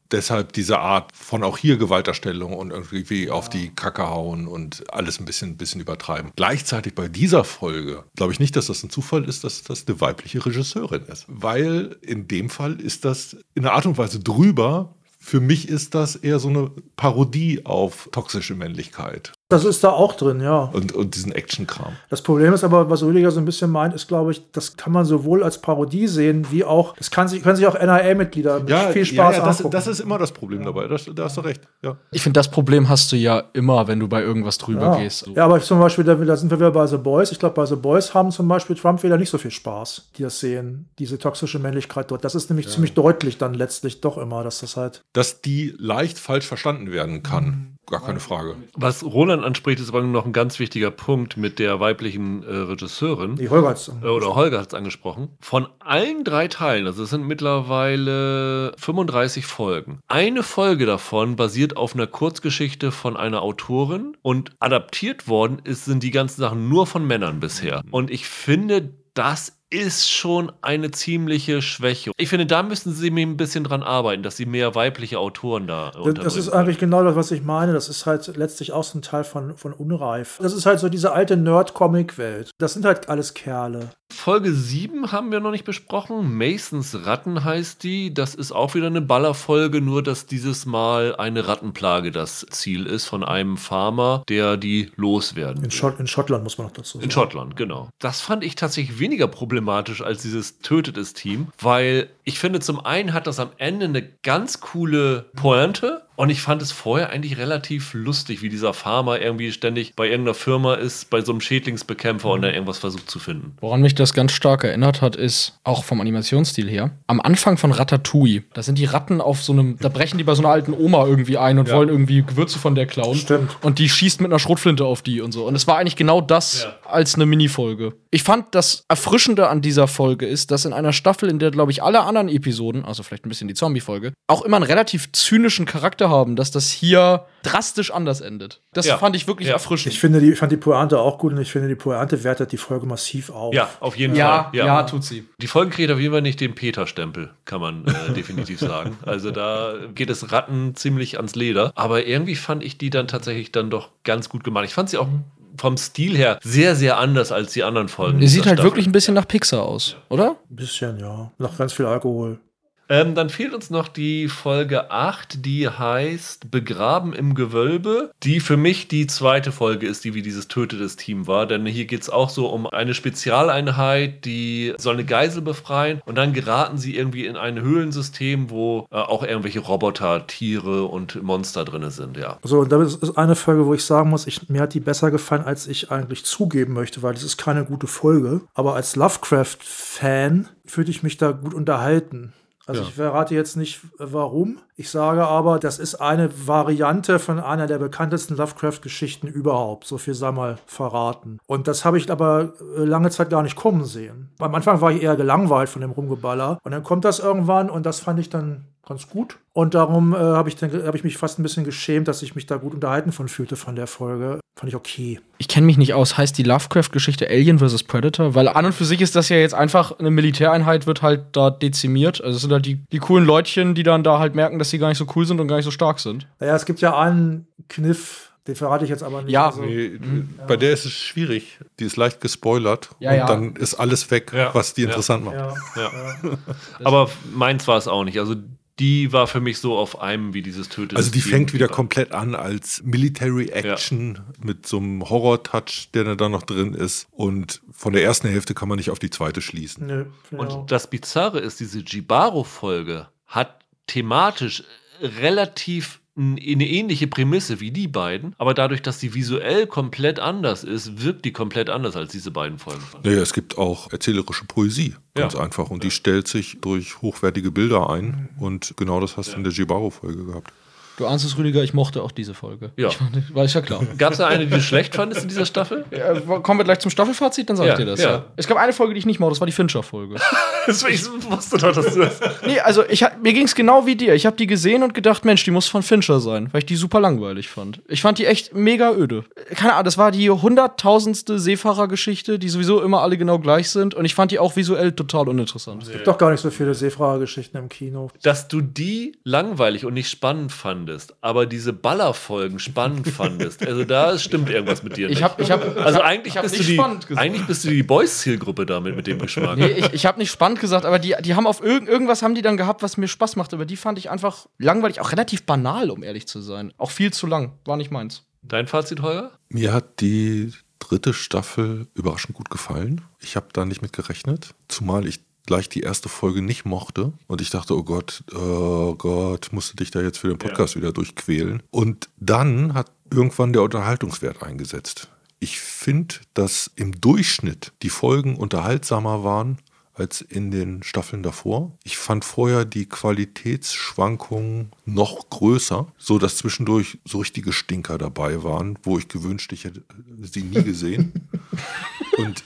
[SPEAKER 2] deshalb diese Art von auch hier Gewalterstellung und irgendwie ja. auf die Kacke hauen und alles ein bisschen, ein bisschen übertreiben. Gleichzeitig bei dieser Folge glaube ich nicht, dass das ein Zufall ist, dass das eine weibliche Regisseurin ist. Weil in dem Fall ist das in einer Art und Weise drüber. Für mich ist das eher so eine Parodie auf toxische Männlichkeit.
[SPEAKER 3] Das ist da auch drin, ja.
[SPEAKER 2] Und, und diesen Action-Kram.
[SPEAKER 3] Das Problem ist aber, was Rüdiger so ein bisschen meint, ist, glaube ich, das kann man sowohl als Parodie sehen, wie auch, das kann sich, können sich auch N R A-Mitglieder mit
[SPEAKER 2] ja,
[SPEAKER 3] viel Spaß
[SPEAKER 2] ja, ja, das,
[SPEAKER 3] angucken.
[SPEAKER 2] Das ist immer das Problem dabei, das, da hast du recht. Ja.
[SPEAKER 4] Ich finde, das Problem hast du ja immer, wenn du bei irgendwas drüber
[SPEAKER 3] ja.
[SPEAKER 4] gehst. So.
[SPEAKER 3] Ja, aber zum Beispiel, da, da sind wir wieder bei The Boys. Ich glaube, bei The Boys haben zum Beispiel Trump-Wähler nicht so viel Spaß, die das sehen, diese toxische Männlichkeit dort. Das ist nämlich ja. ziemlich deutlich dann letztlich doch immer, dass das halt...
[SPEAKER 2] Dass die leicht falsch verstanden werden kann. Mhm. Gar keine Frage.
[SPEAKER 1] Was Roland anspricht, ist aber noch ein ganz wichtiger Punkt mit der weiblichen äh, Regisseurin.
[SPEAKER 3] Die Holger hat's
[SPEAKER 1] äh, Oder Holger hat es angesprochen. Von allen drei Teilen, also es sind mittlerweile fünfunddreißig Folgen. Eine Folge davon basiert auf einer Kurzgeschichte von einer Autorin und adaptiert worden ist, sind die ganzen Sachen nur von Männern bisher. Und ich finde, das ist schon eine ziemliche Schwäche. Ich finde, da müssen sie mir ein bisschen dran arbeiten, dass sie mehr weibliche Autoren da unterbringen.
[SPEAKER 3] Das ist eigentlich genau das, was ich meine. Das ist halt letztlich auch so ein Teil von, von Unreif. Das ist halt so diese alte Nerd-Comic-Welt. Das sind halt alles Kerle.
[SPEAKER 1] Folge sieben haben wir noch nicht besprochen. Masons Ratten heißt die. Das ist auch wieder eine Ballerfolge, nur dass dieses Mal eine Rattenplage das Ziel ist von einem Farmer, der die loswerden
[SPEAKER 3] in, Schott, in Schottland muss man noch dazu sagen.
[SPEAKER 1] In Schottland, genau. Das fand ich tatsächlich weniger problematisch als dieses Tötet es Team, weil ich finde, zum einen hat das am Ende eine ganz coole Pointe. Und ich fand es vorher eigentlich relativ lustig, wie dieser Farmer irgendwie ständig bei irgendeiner Firma ist, bei so einem Schädlingsbekämpfer und dann irgendwas versucht zu finden.
[SPEAKER 4] Woran mich das ganz stark erinnert hat, ist, auch vom Animationsstil her, am Anfang von Ratatouille, da sind die Ratten auf so einem, da brechen die bei so einer alten Oma irgendwie ein und ja. wollen irgendwie Gewürze von der klauen.
[SPEAKER 3] Stimmt.
[SPEAKER 4] Und die schießt mit einer Schrotflinte auf die und so. Und es war eigentlich genau das ja. als eine Minifolge. Ich fand, das Erfrischende an dieser Folge ist, dass in einer Staffel, in der, glaube ich, alle anderen Episoden, also vielleicht ein bisschen die Zombie-Folge, auch immer einen relativ zynischen Charakter haben, dass das hier drastisch anders endet. Das ja. fand ich wirklich ja. erfrischend.
[SPEAKER 3] Ich finde die, ich fand die Pointe auch gut und ich finde, die Pointe wertet die Folge massiv auf.
[SPEAKER 1] Ja, auf jeden
[SPEAKER 4] ja,
[SPEAKER 1] Fall.
[SPEAKER 4] Ja. ja, tut sie.
[SPEAKER 1] Die Folge kriegt auf jeden Fall nicht den Peter-Stempel, kann man äh, definitiv sagen. Also da geht es Ratten ziemlich ans Leder. Aber irgendwie fand ich die dann tatsächlich dann doch ganz gut gemacht. Ich fand sie auch vom Stil her sehr, sehr anders als die anderen Folgen.
[SPEAKER 4] Sie sieht halt Staffel. wirklich ein bisschen nach Pixar aus, oder?
[SPEAKER 3] Ein bisschen, ja. Nach ganz viel Alkohol.
[SPEAKER 1] Ähm, dann fehlt uns noch die Folge acht, die heißt Begraben im Gewölbe, die für mich die zweite Folge ist, die wie dieses Tötetes Team war, denn hier geht es auch so um eine Spezialeinheit, die soll eine Geisel befreien und dann geraten sie irgendwie in ein Höhlensystem, wo äh, auch irgendwelche Roboter, Tiere und Monster drin sind, ja.
[SPEAKER 3] So, und das ist eine Folge, wo ich sagen muss, ich, mir hat die besser gefallen, als ich eigentlich zugeben möchte, weil das ist keine gute Folge, aber als Lovecraft-Fan fühlte ich mich da gut unterhalten. Also ja. ich verrate jetzt nicht, warum. Ich sage aber, das ist eine Variante von einer der bekanntesten Lovecraft-Geschichten überhaupt. So viel sei mal verraten. Und das habe ich aber lange Zeit gar nicht kommen sehen. Am Anfang war ich eher gelangweilt von dem Rumgeballer. Und dann kommt das irgendwann und das fand ich dann ganz gut. Und darum äh, habe ich, hab ich mich fast ein bisschen geschämt, dass ich mich da gut unterhalten von fühlte von der Folge. Fand ich okay.
[SPEAKER 4] Ich kenne mich nicht aus. Heißt die Lovecraft-Geschichte Alien versus Predator? Weil an und für sich ist das ja jetzt einfach, eine Militäreinheit wird halt da dezimiert. Also es sind halt die, die coolen Leutchen, die dann da halt merken, dass sie gar nicht so cool sind und gar nicht so stark sind.
[SPEAKER 3] Naja, es gibt ja einen Kniff, den verrate ich jetzt aber nicht.
[SPEAKER 4] Ja,
[SPEAKER 3] also,
[SPEAKER 2] nee, mhm. bei der ist es schwierig. Die ist leicht gespoilert
[SPEAKER 4] ja,
[SPEAKER 2] und
[SPEAKER 4] ja.
[SPEAKER 2] dann ist alles weg,
[SPEAKER 1] ja.
[SPEAKER 2] was die
[SPEAKER 1] ja.
[SPEAKER 2] interessant macht.
[SPEAKER 1] Ja. Ja. Ja. Aber meins war es auch nicht. Also die war für mich so auf einem wie dieses Töten.
[SPEAKER 2] Also die fängt wieder komplett an als Military Action ja. mit so einem Horror-Touch, der da noch drin ist. Und von der ersten Hälfte kann man nicht auf die zweite schließen.
[SPEAKER 3] Nö,
[SPEAKER 1] und ja. das Bizarre ist, diese Jibaro-Folge hat thematisch relativ eine ähnliche Prämisse wie die beiden, aber dadurch, dass sie visuell komplett anders ist, wirkt die komplett anders als diese beiden Folgen.
[SPEAKER 2] Naja, es gibt auch erzählerische Poesie, ganz
[SPEAKER 1] ja.
[SPEAKER 2] einfach. Und die stellt sich durch hochwertige Bilder ein. Und genau das hast du ja. in der Jibaro-Folge gehabt.
[SPEAKER 4] Du ahnst es, Rüdiger, ich mochte auch diese Folge.
[SPEAKER 1] Ja.
[SPEAKER 4] Ich fand, war ich ja klar.
[SPEAKER 1] Gab es da eine, die du schlecht fandest in dieser Staffel?
[SPEAKER 4] Ja, kommen wir gleich zum Staffelfazit, dann sag
[SPEAKER 1] Ja,
[SPEAKER 4] ich dir das.
[SPEAKER 1] ja.
[SPEAKER 4] Ja. Es gab eine Folge, die ich nicht mochte, das war die Fincher-Folge.
[SPEAKER 1] Ich wusste doch, dass du das...
[SPEAKER 4] Nee, also ich, mir ging es genau wie dir. Ich habe die gesehen und gedacht, Mensch, die muss von Fincher sein, weil ich die super langweilig fand. Ich fand die echt mega öde. Keine Ahnung, das war die hunderttausendste Seefahrergeschichte, die sowieso immer alle genau gleich sind. Und ich fand die auch visuell total uninteressant.
[SPEAKER 3] Es gibt doch gar nicht so viele Seefahrergeschichten im Kino.
[SPEAKER 1] Dass du die langweilig und nicht spannend fandest, aber diese Ballerfolgen spannend fandest. Also da stimmt irgendwas mit dir nicht.
[SPEAKER 4] Ich hab, ich hab,
[SPEAKER 1] also eigentlich,
[SPEAKER 4] ich hab
[SPEAKER 1] bist
[SPEAKER 4] nicht
[SPEAKER 1] du die,
[SPEAKER 4] spannend gesagt.
[SPEAKER 1] eigentlich bist du die Boys-Zielgruppe damit mit dem Geschmack.
[SPEAKER 4] Nee, ich, ich habe nicht spannend gesagt, aber die, die haben auf irg irgendwas haben die dann gehabt, was mir Spaß macht. Aber die fand ich einfach langweilig, auch relativ banal, um ehrlich zu sein. Auch viel zu lang, war nicht meins.
[SPEAKER 1] Dein Fazit, Holger?
[SPEAKER 2] Mir hat die dritte Staffel überraschend gut gefallen. Ich habe da nicht mit gerechnet, zumal ich gleich die erste Folge nicht mochte und ich dachte, oh Gott, oh Gott, musst du dich da jetzt für den Podcast ja. wieder durchquälen. Und dann hat irgendwann der Unterhaltungswert eingesetzt. Ich finde, dass im Durchschnitt die Folgen unterhaltsamer waren als in den Staffeln davor. Ich fand vorher die Qualitätsschwankungen noch größer, so dass zwischendurch so richtige Stinker dabei waren, wo ich gewünscht, ich hätte sie nie gesehen. Und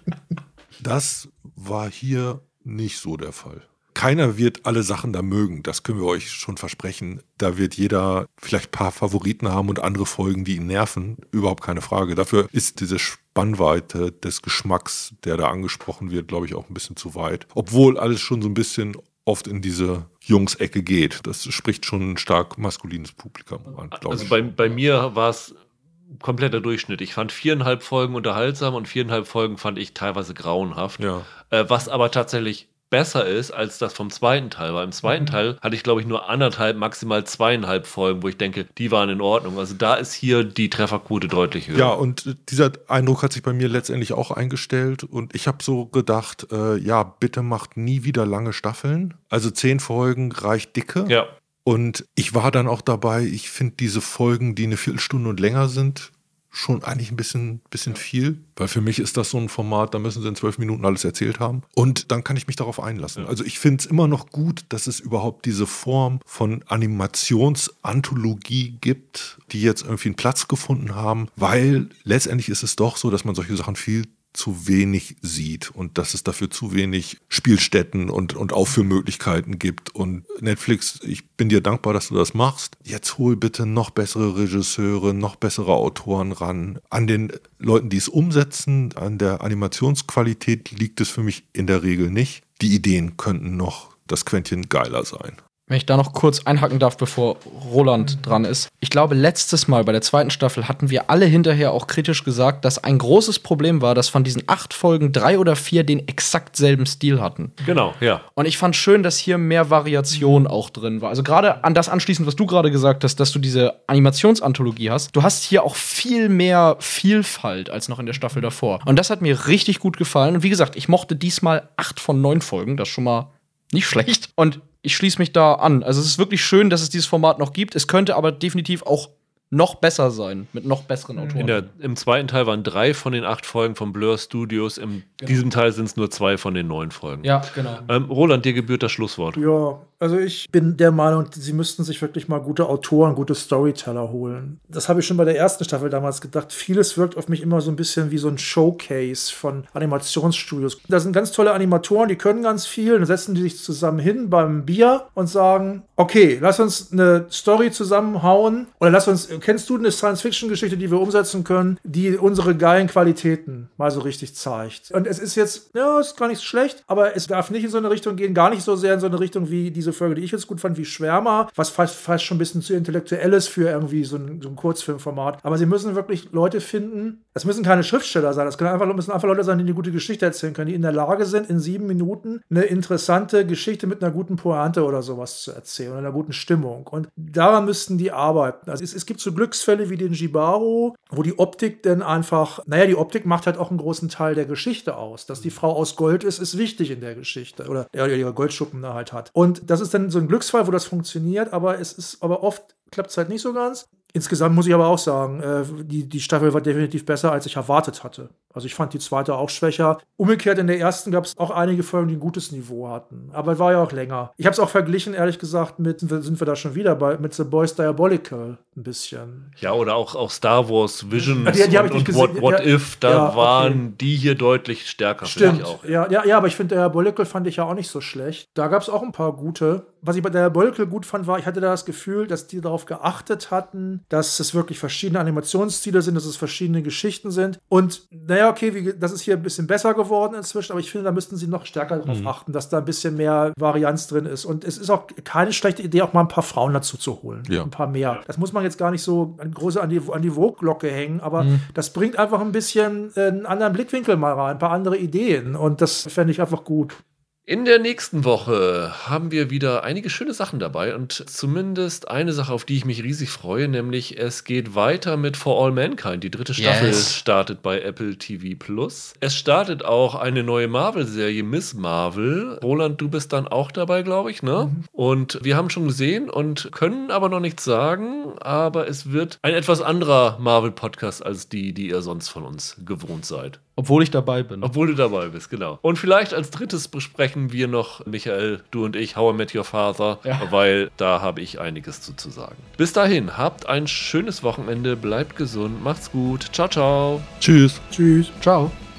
[SPEAKER 2] das war hier nicht so der Fall. Keiner wird alle Sachen da mögen, das können wir euch schon versprechen. Da wird jeder vielleicht ein paar Favoriten haben und andere Folgen, die ihn nerven. Überhaupt keine Frage. Dafür ist diese Spannweite des Geschmacks, der da angesprochen wird, glaube ich, auch ein bisschen zu weit. Obwohl alles schon so ein bisschen oft in diese Jungs-Ecke geht. Das spricht schon ein stark maskulines Publikum an, glaube
[SPEAKER 1] Also
[SPEAKER 2] ich.
[SPEAKER 1] bei, bei mir war es kompletter Durchschnitt. Ich fand viereinhalb Folgen unterhaltsam und viereinhalb Folgen fand ich teilweise grauenhaft.
[SPEAKER 2] Ja.
[SPEAKER 1] Äh, was aber tatsächlich besser ist als das vom zweiten Teil. Weil im zweiten mhm. Teil hatte ich, glaube ich, nur anderthalb, maximal zweieinhalb Folgen, wo ich denke, die waren in Ordnung. Also da ist hier die Trefferquote deutlich höher.
[SPEAKER 2] Ja, und dieser Eindruck hat sich bei mir letztendlich auch eingestellt. Und ich habe so gedacht, äh, ja, bitte macht nie wieder lange Staffeln. Also zehn Folgen reicht dicke.
[SPEAKER 1] Ja.
[SPEAKER 2] Und ich war dann auch dabei, ich finde diese Folgen, die eine Viertelstunde und länger sind, schon eigentlich ein bisschen, bisschen viel, weil für mich ist das so ein Format, da müssen sie in zwölf Minuten alles erzählt haben und dann kann ich mich darauf einlassen. Also ich finde es immer noch gut, dass es überhaupt diese Form von Animationsanthologie gibt, die jetzt irgendwie einen Platz gefunden haben, weil letztendlich ist es doch so, dass man solche Sachen viel zu wenig sieht und dass es dafür zu wenig Spielstätten und, und Aufführmöglichkeiten gibt. Und Netflix, ich bin dir dankbar, dass du das machst. Jetzt hol bitte noch bessere Regisseure, noch bessere Autoren ran. An den Leuten, die es umsetzen, an der Animationsqualität liegt es für mich in der Regel nicht. Die Ideen könnten noch das Quäntchen geiler sein.
[SPEAKER 4] Wenn ich da noch kurz einhaken darf, bevor Roland dran ist. Ich glaube, letztes Mal bei der zweiten Staffel hatten wir alle hinterher auch kritisch gesagt, dass ein großes Problem war, dass von diesen acht Folgen drei oder vier den exakt selben Stil hatten.
[SPEAKER 1] Genau, ja.
[SPEAKER 4] Und ich fand schön, dass hier mehr Variation auch drin war. Also gerade an das anschließend, was du gerade gesagt hast, dass du diese Animationsanthologie hast. Du hast hier auch viel mehr Vielfalt als noch in der Staffel davor. Und das hat mir richtig gut gefallen. Und wie gesagt, ich mochte diesmal acht von neun Folgen. Das ist schon mal nicht schlecht. Und ich schließe mich da an. Also es ist wirklich schön, dass es dieses Format noch gibt. Es könnte aber definitiv auch noch besser sein, mit noch besseren Autoren.
[SPEAKER 1] In der, Im zweiten Teil waren drei von den acht Folgen von Blur Studios. In
[SPEAKER 4] genau.
[SPEAKER 1] diesem Teil sind es nur zwei von den neun Folgen.
[SPEAKER 4] Ja, genau.
[SPEAKER 1] Ähm, Roland, dir gebührt das Schlusswort.
[SPEAKER 3] Ja, also ich bin der Meinung, sie müssten sich wirklich mal gute Autoren, gute Storyteller holen. Das habe ich schon bei der ersten Staffel damals gedacht. Vieles wirkt auf mich immer so ein bisschen wie so ein Showcase von Animationsstudios. Da sind ganz tolle Animatoren, die können ganz viel. Dann setzen die sich zusammen hin beim Bier und sagen, okay, lass uns eine Story zusammenhauen oder lass uns, kennst du eine Science-Fiction-Geschichte, die wir umsetzen können, die unsere geilen Qualitäten mal so richtig zeigt. Und es ist jetzt, ja, ist gar nicht so schlecht, aber es darf nicht in so eine Richtung gehen, gar nicht so sehr in so eine Richtung wie diese Folge, die ich jetzt gut fand, wie Schwärmer, was fast, fast schon ein bisschen zu intellektuell ist für irgendwie so ein, so ein Kurzfilmformat. Aber sie müssen wirklich Leute finden, es müssen keine Schriftsteller sein, es können einfach, müssen einfach Leute sein, die eine gute Geschichte erzählen können, die in der Lage sind, in sieben Minuten eine interessante Geschichte mit einer guten Pointe oder sowas zu erzählen oder einer guten Stimmung. Und daran müssten die arbeiten. Also es, es gibt so Glücksfälle wie den Jibaro, wo die Optik dann einfach, naja, die Optik macht halt auch einen großen Teil der Geschichte aus. Dass die Frau aus Gold ist, ist wichtig in der Geschichte. Oder ja, ihre Goldschuppen da halt hat. Und das ist dann so ein Glücksfall, wo das funktioniert, aber es ist, aber oft klappt es halt nicht so ganz. Insgesamt muss ich aber auch sagen, äh, die, die Staffel war definitiv besser, als ich erwartet hatte. Also ich fand die zweite auch schwächer. Umgekehrt in der ersten gab es auch einige Folgen, die ein gutes Niveau hatten. Aber war ja auch länger. Ich habe es auch verglichen, ehrlich gesagt, mit, sind wir da schon wieder bei, mit The Boys Diabolical ein bisschen.
[SPEAKER 1] Ja, oder auch, auch Star Wars Visions
[SPEAKER 3] die, die
[SPEAKER 1] und, und What, What
[SPEAKER 3] ja,
[SPEAKER 1] If, da
[SPEAKER 3] ja,
[SPEAKER 1] waren
[SPEAKER 3] okay.
[SPEAKER 1] die hier deutlich stärker.
[SPEAKER 3] Stimmt,
[SPEAKER 1] ich auch.
[SPEAKER 3] Ja, ja, ja, aber ich finde, Diabolical fand ich ja auch nicht so schlecht. Da gab es auch ein paar gute. Was ich bei Diabolical gut fand, war, ich hatte da das Gefühl, dass die darauf geachtet hatten, dass es wirklich verschiedene Animationsstile sind, dass es verschiedene Geschichten sind. Und naja, okay, wie, das ist hier ein bisschen besser geworden inzwischen, aber ich finde, da müssten sie noch stärker darauf mhm. achten, dass da ein bisschen mehr Varianz drin ist. Und es ist auch keine schlechte Idee, auch mal ein paar Frauen dazu zu holen. Ja. Ein paar mehr. Das muss man jetzt gar nicht so groß an die, an die Vogue-Glocke hängen, aber mhm. das bringt einfach ein bisschen äh, einen anderen Blickwinkel mal rein, ein paar andere Ideen. Und das fände ich einfach gut.
[SPEAKER 1] In der nächsten Woche haben wir wieder einige schöne Sachen dabei und zumindest eine Sache, auf die ich mich riesig freue, nämlich es geht weiter mit For All Mankind. Die dritte Staffel yes. startet bei Apple T V Plus. Es startet auch eine neue Marvel-Serie, Miss Marvel. Roland, du bist dann auch dabei, glaube ich, ne? Mhm. Und wir haben schon gesehen und können aber noch nichts sagen, aber es wird ein etwas anderer Marvel-Podcast als die, die ihr sonst von uns gewohnt seid.
[SPEAKER 4] Obwohl ich dabei bin.
[SPEAKER 1] Obwohl du dabei bist, genau. Und vielleicht als drittes besprechen wir noch, Michael, du und ich, How I Met Your Father, ja. weil da habe ich einiges zu, zu sagen. Bis dahin, habt ein schönes Wochenende, bleibt gesund, macht's gut. Ciao, ciao.
[SPEAKER 2] Tschüss.
[SPEAKER 3] Tschüss.
[SPEAKER 4] Ciao.